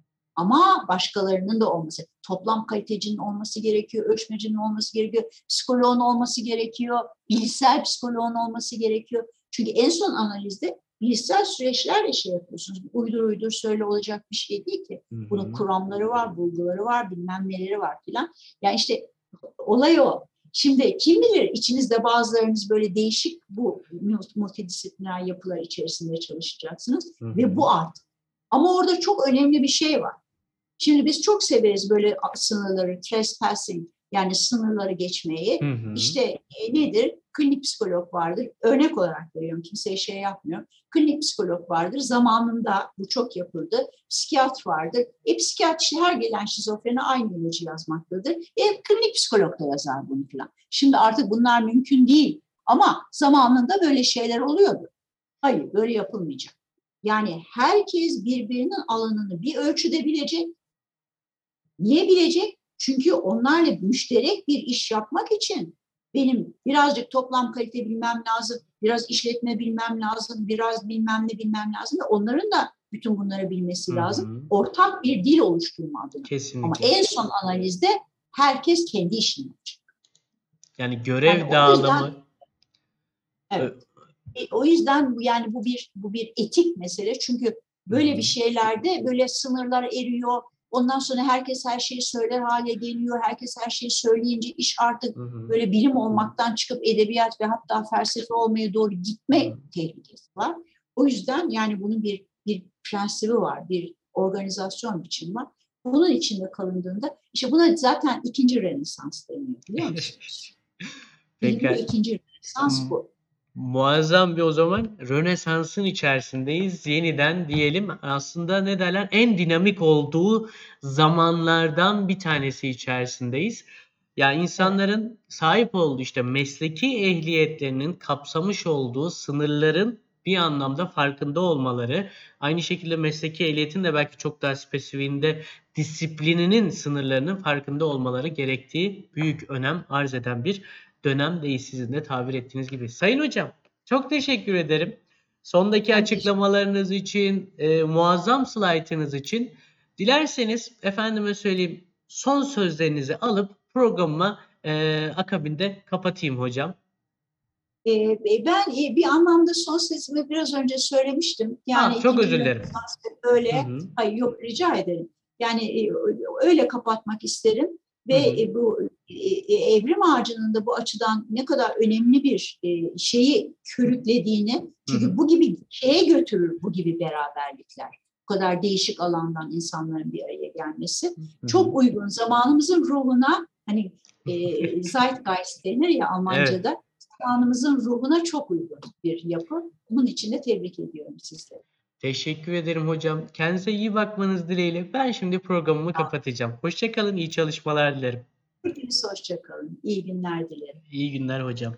ama başkalarının da olması. Toplam kalitecinin olması gerekiyor, ölçmecinin olması gerekiyor, psikoloğun olması gerekiyor, bilişsel psikoloğun olması gerekiyor. Çünkü en son analizde bilişsel süreçlerle şey yapıyorsunuz. Uydur uydur söyle olacak bir şey değil ki.
Hı hı.
Bunun kuramları var, bulguları var, bilmem neleri var filan. Yani işte olay o. Şimdi kim bilir içinizde bazılarınız böyle değişik bu multidisipliner yapılar içerisinde çalışacaksınız
Hı hı.
ve bu artık. Ama orada çok önemli bir şey var. Şimdi biz çok severiz böyle sınırları, trespassing, yani sınırları geçmeyi.
Hı hı.
İşte e, nedir? Klinik psikolog vardır. Örnek olarak veriyorum, kimseye şey yapmıyor. Klinik psikolog vardır. Zamanında bu çok yapıldı. Psikiyatr vardır. E psikiyatr işte her gelen şizofrene aynı ilacı yazmaktadır. E klinik psikolog da yazar bunu falan. Şimdi artık bunlar mümkün değil. Ama zamanında böyle şeyler oluyordu. Hayır, böyle yapılmayacak. Yani herkes birbirinin alanını bir ölçüde bilecek. Niye bilecek? Çünkü onlarla müşterek bir iş yapmak için benim birazcık toplam kalite bilmem lazım, biraz işletme bilmem lazım, biraz bilmem ne bilmem lazım ve onların da bütün bunları bilmesi
Hı
lazım.
hı.
Ortak bir dil oluşturma adına. Ama
Kesinlikle.
en son analizde herkes kendi işini yapacak.
Yani
Yani
görev
o yüzden,
dağılımı.
evet. E, o yüzden bu yani bu bir bu bir etik mesele. Çünkü böyle
Hı hı.
bir şeylerde böyle sınırlar eriyor. Ondan sonra herkes her şeyi söyler hale geliyor. Herkes her şeyi söyleyince iş artık
Hı hı.
böyle bilim olmaktan çıkıp edebiyat ve hatta felsefe olmaya doğru gitme
Hı.
tehlikesi var. O yüzden yani bunun bir bir prensibi var, bir organizasyon biçimi var. bunun içinde kalındığında işte buna zaten ikinci Rönesans deniyor, biliyor musunuz? Bilimde
Peki.
ikinci Rönesans bu.
Muazzam bir o zaman Rönesans'ın içerisindeyiz. Yeniden diyelim aslında ne derler en dinamik olduğu zamanlardan bir tanesi içerisindeyiz. Yani
Evet.
insanların sahip olduğu işte mesleki ehliyetlerinin kapsamış olduğu sınırların bir anlamda farkında olmaları, aynı şekilde mesleki ehliyetin de belki çok daha spesifiğinde disiplininin sınırlarının farkında olmaları gerektiği büyük önem arz eden bir dönemdeyiz sizin de tabir ettiğiniz gibi. Sayın hocam çok teşekkür ederim. Sondaki
Ben teşekkür
açıklamalarınız için, e, muazzam slaytınız için. Dilerseniz efendime söyleyeyim son sözlerinizi alıp programıma e, akabinde kapatayım hocam.
Ee, ben e, bir anlamda son sesimi biraz önce söylemiştim. Yani
Ah, çok
ikinci
özür dilerim.
Rönesans
Hı
öyle,
hı,
hayır yok rica ederim. Yani e, öyle kapatmak isterim
hı
ve
hı,
e, bu e, e, evrim ağacının da bu açıdan ne kadar önemli bir e, şeyi körüklediğini,
hı hı,
çünkü bu gibi şeye götürür bu gibi beraberlikler. Bu kadar değişik alandan insanların bir araya gelmesi
hı hı.
çok uygun. Zamanımızın ruhuna, hani e, Zeitgeist denir ya
Evet.
Almanca'da, zamanımızın ruhuna çok uygun bir yapı. Bunun için de tebrik ediyorum sizleri.
Teşekkür ederim hocam. Kendinize iyi bakmanız dileğiyle. Ben şimdi programımı kapatacağım. Hoşça kalın, iyi çalışmalar dilerim.
Hepiniz hoşça kalın. İyi günler dilerim.
İyi günler hocam.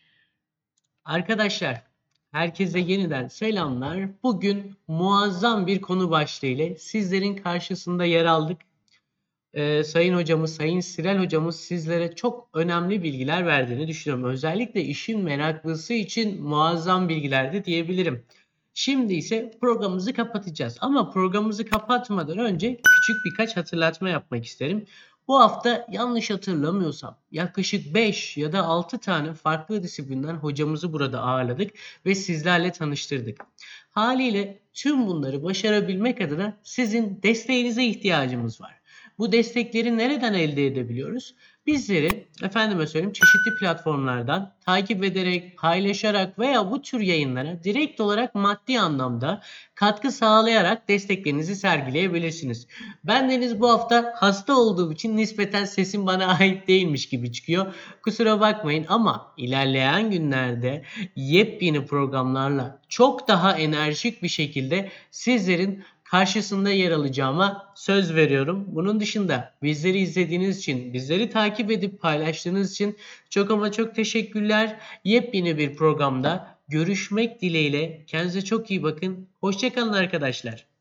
Arkadaşlar, herkese yeniden selamlar. Bugün muazzam bir konu başlığı ile sizlerin karşısında yer aldık. Ee, Sayın hocamız, Sayın Sirel hocamız sizlere çok önemli bilgiler verdiğini düşünüyorum. Özellikle işin meraklısı için muazzam bilgiler de diyebilirim. Şimdi ise programımızı kapatacağız. Ama programımızı kapatmadan önce küçük birkaç hatırlatma yapmak isterim. Bu hafta yanlış hatırlamıyorsam yaklaşık beş ya da altı tane farklı disiplinden hocamızı burada ağırladık ve sizlerle tanıştırdık. Haliyle tüm bunları başarabilmek adına sizin desteğinize ihtiyacımız var. Bu destekleri nereden elde edebiliyoruz? Bizleri efendime söyleyeyim çeşitli platformlardan takip ederek, paylaşarak veya bu tür yayınlara direkt olarak maddi anlamda katkı sağlayarak desteklerinizi sergileyebilirsiniz. Bendeniz bu hafta hasta olduğum için nispeten sesim bana ait değilmiş gibi çıkıyor. Kusura bakmayın ama ilerleyen günlerde yepyeni programlarla çok daha enerjik bir şekilde sizlerin karşısında yer alacağıma söz veriyorum. Bunun dışında bizleri izlediğiniz için, bizleri takip edip paylaştığınız için çok ama çok teşekkürler. Yepyeni bir programda görüşmek dileğiyle. Kendinize çok iyi bakın. Hoşça kalın arkadaşlar.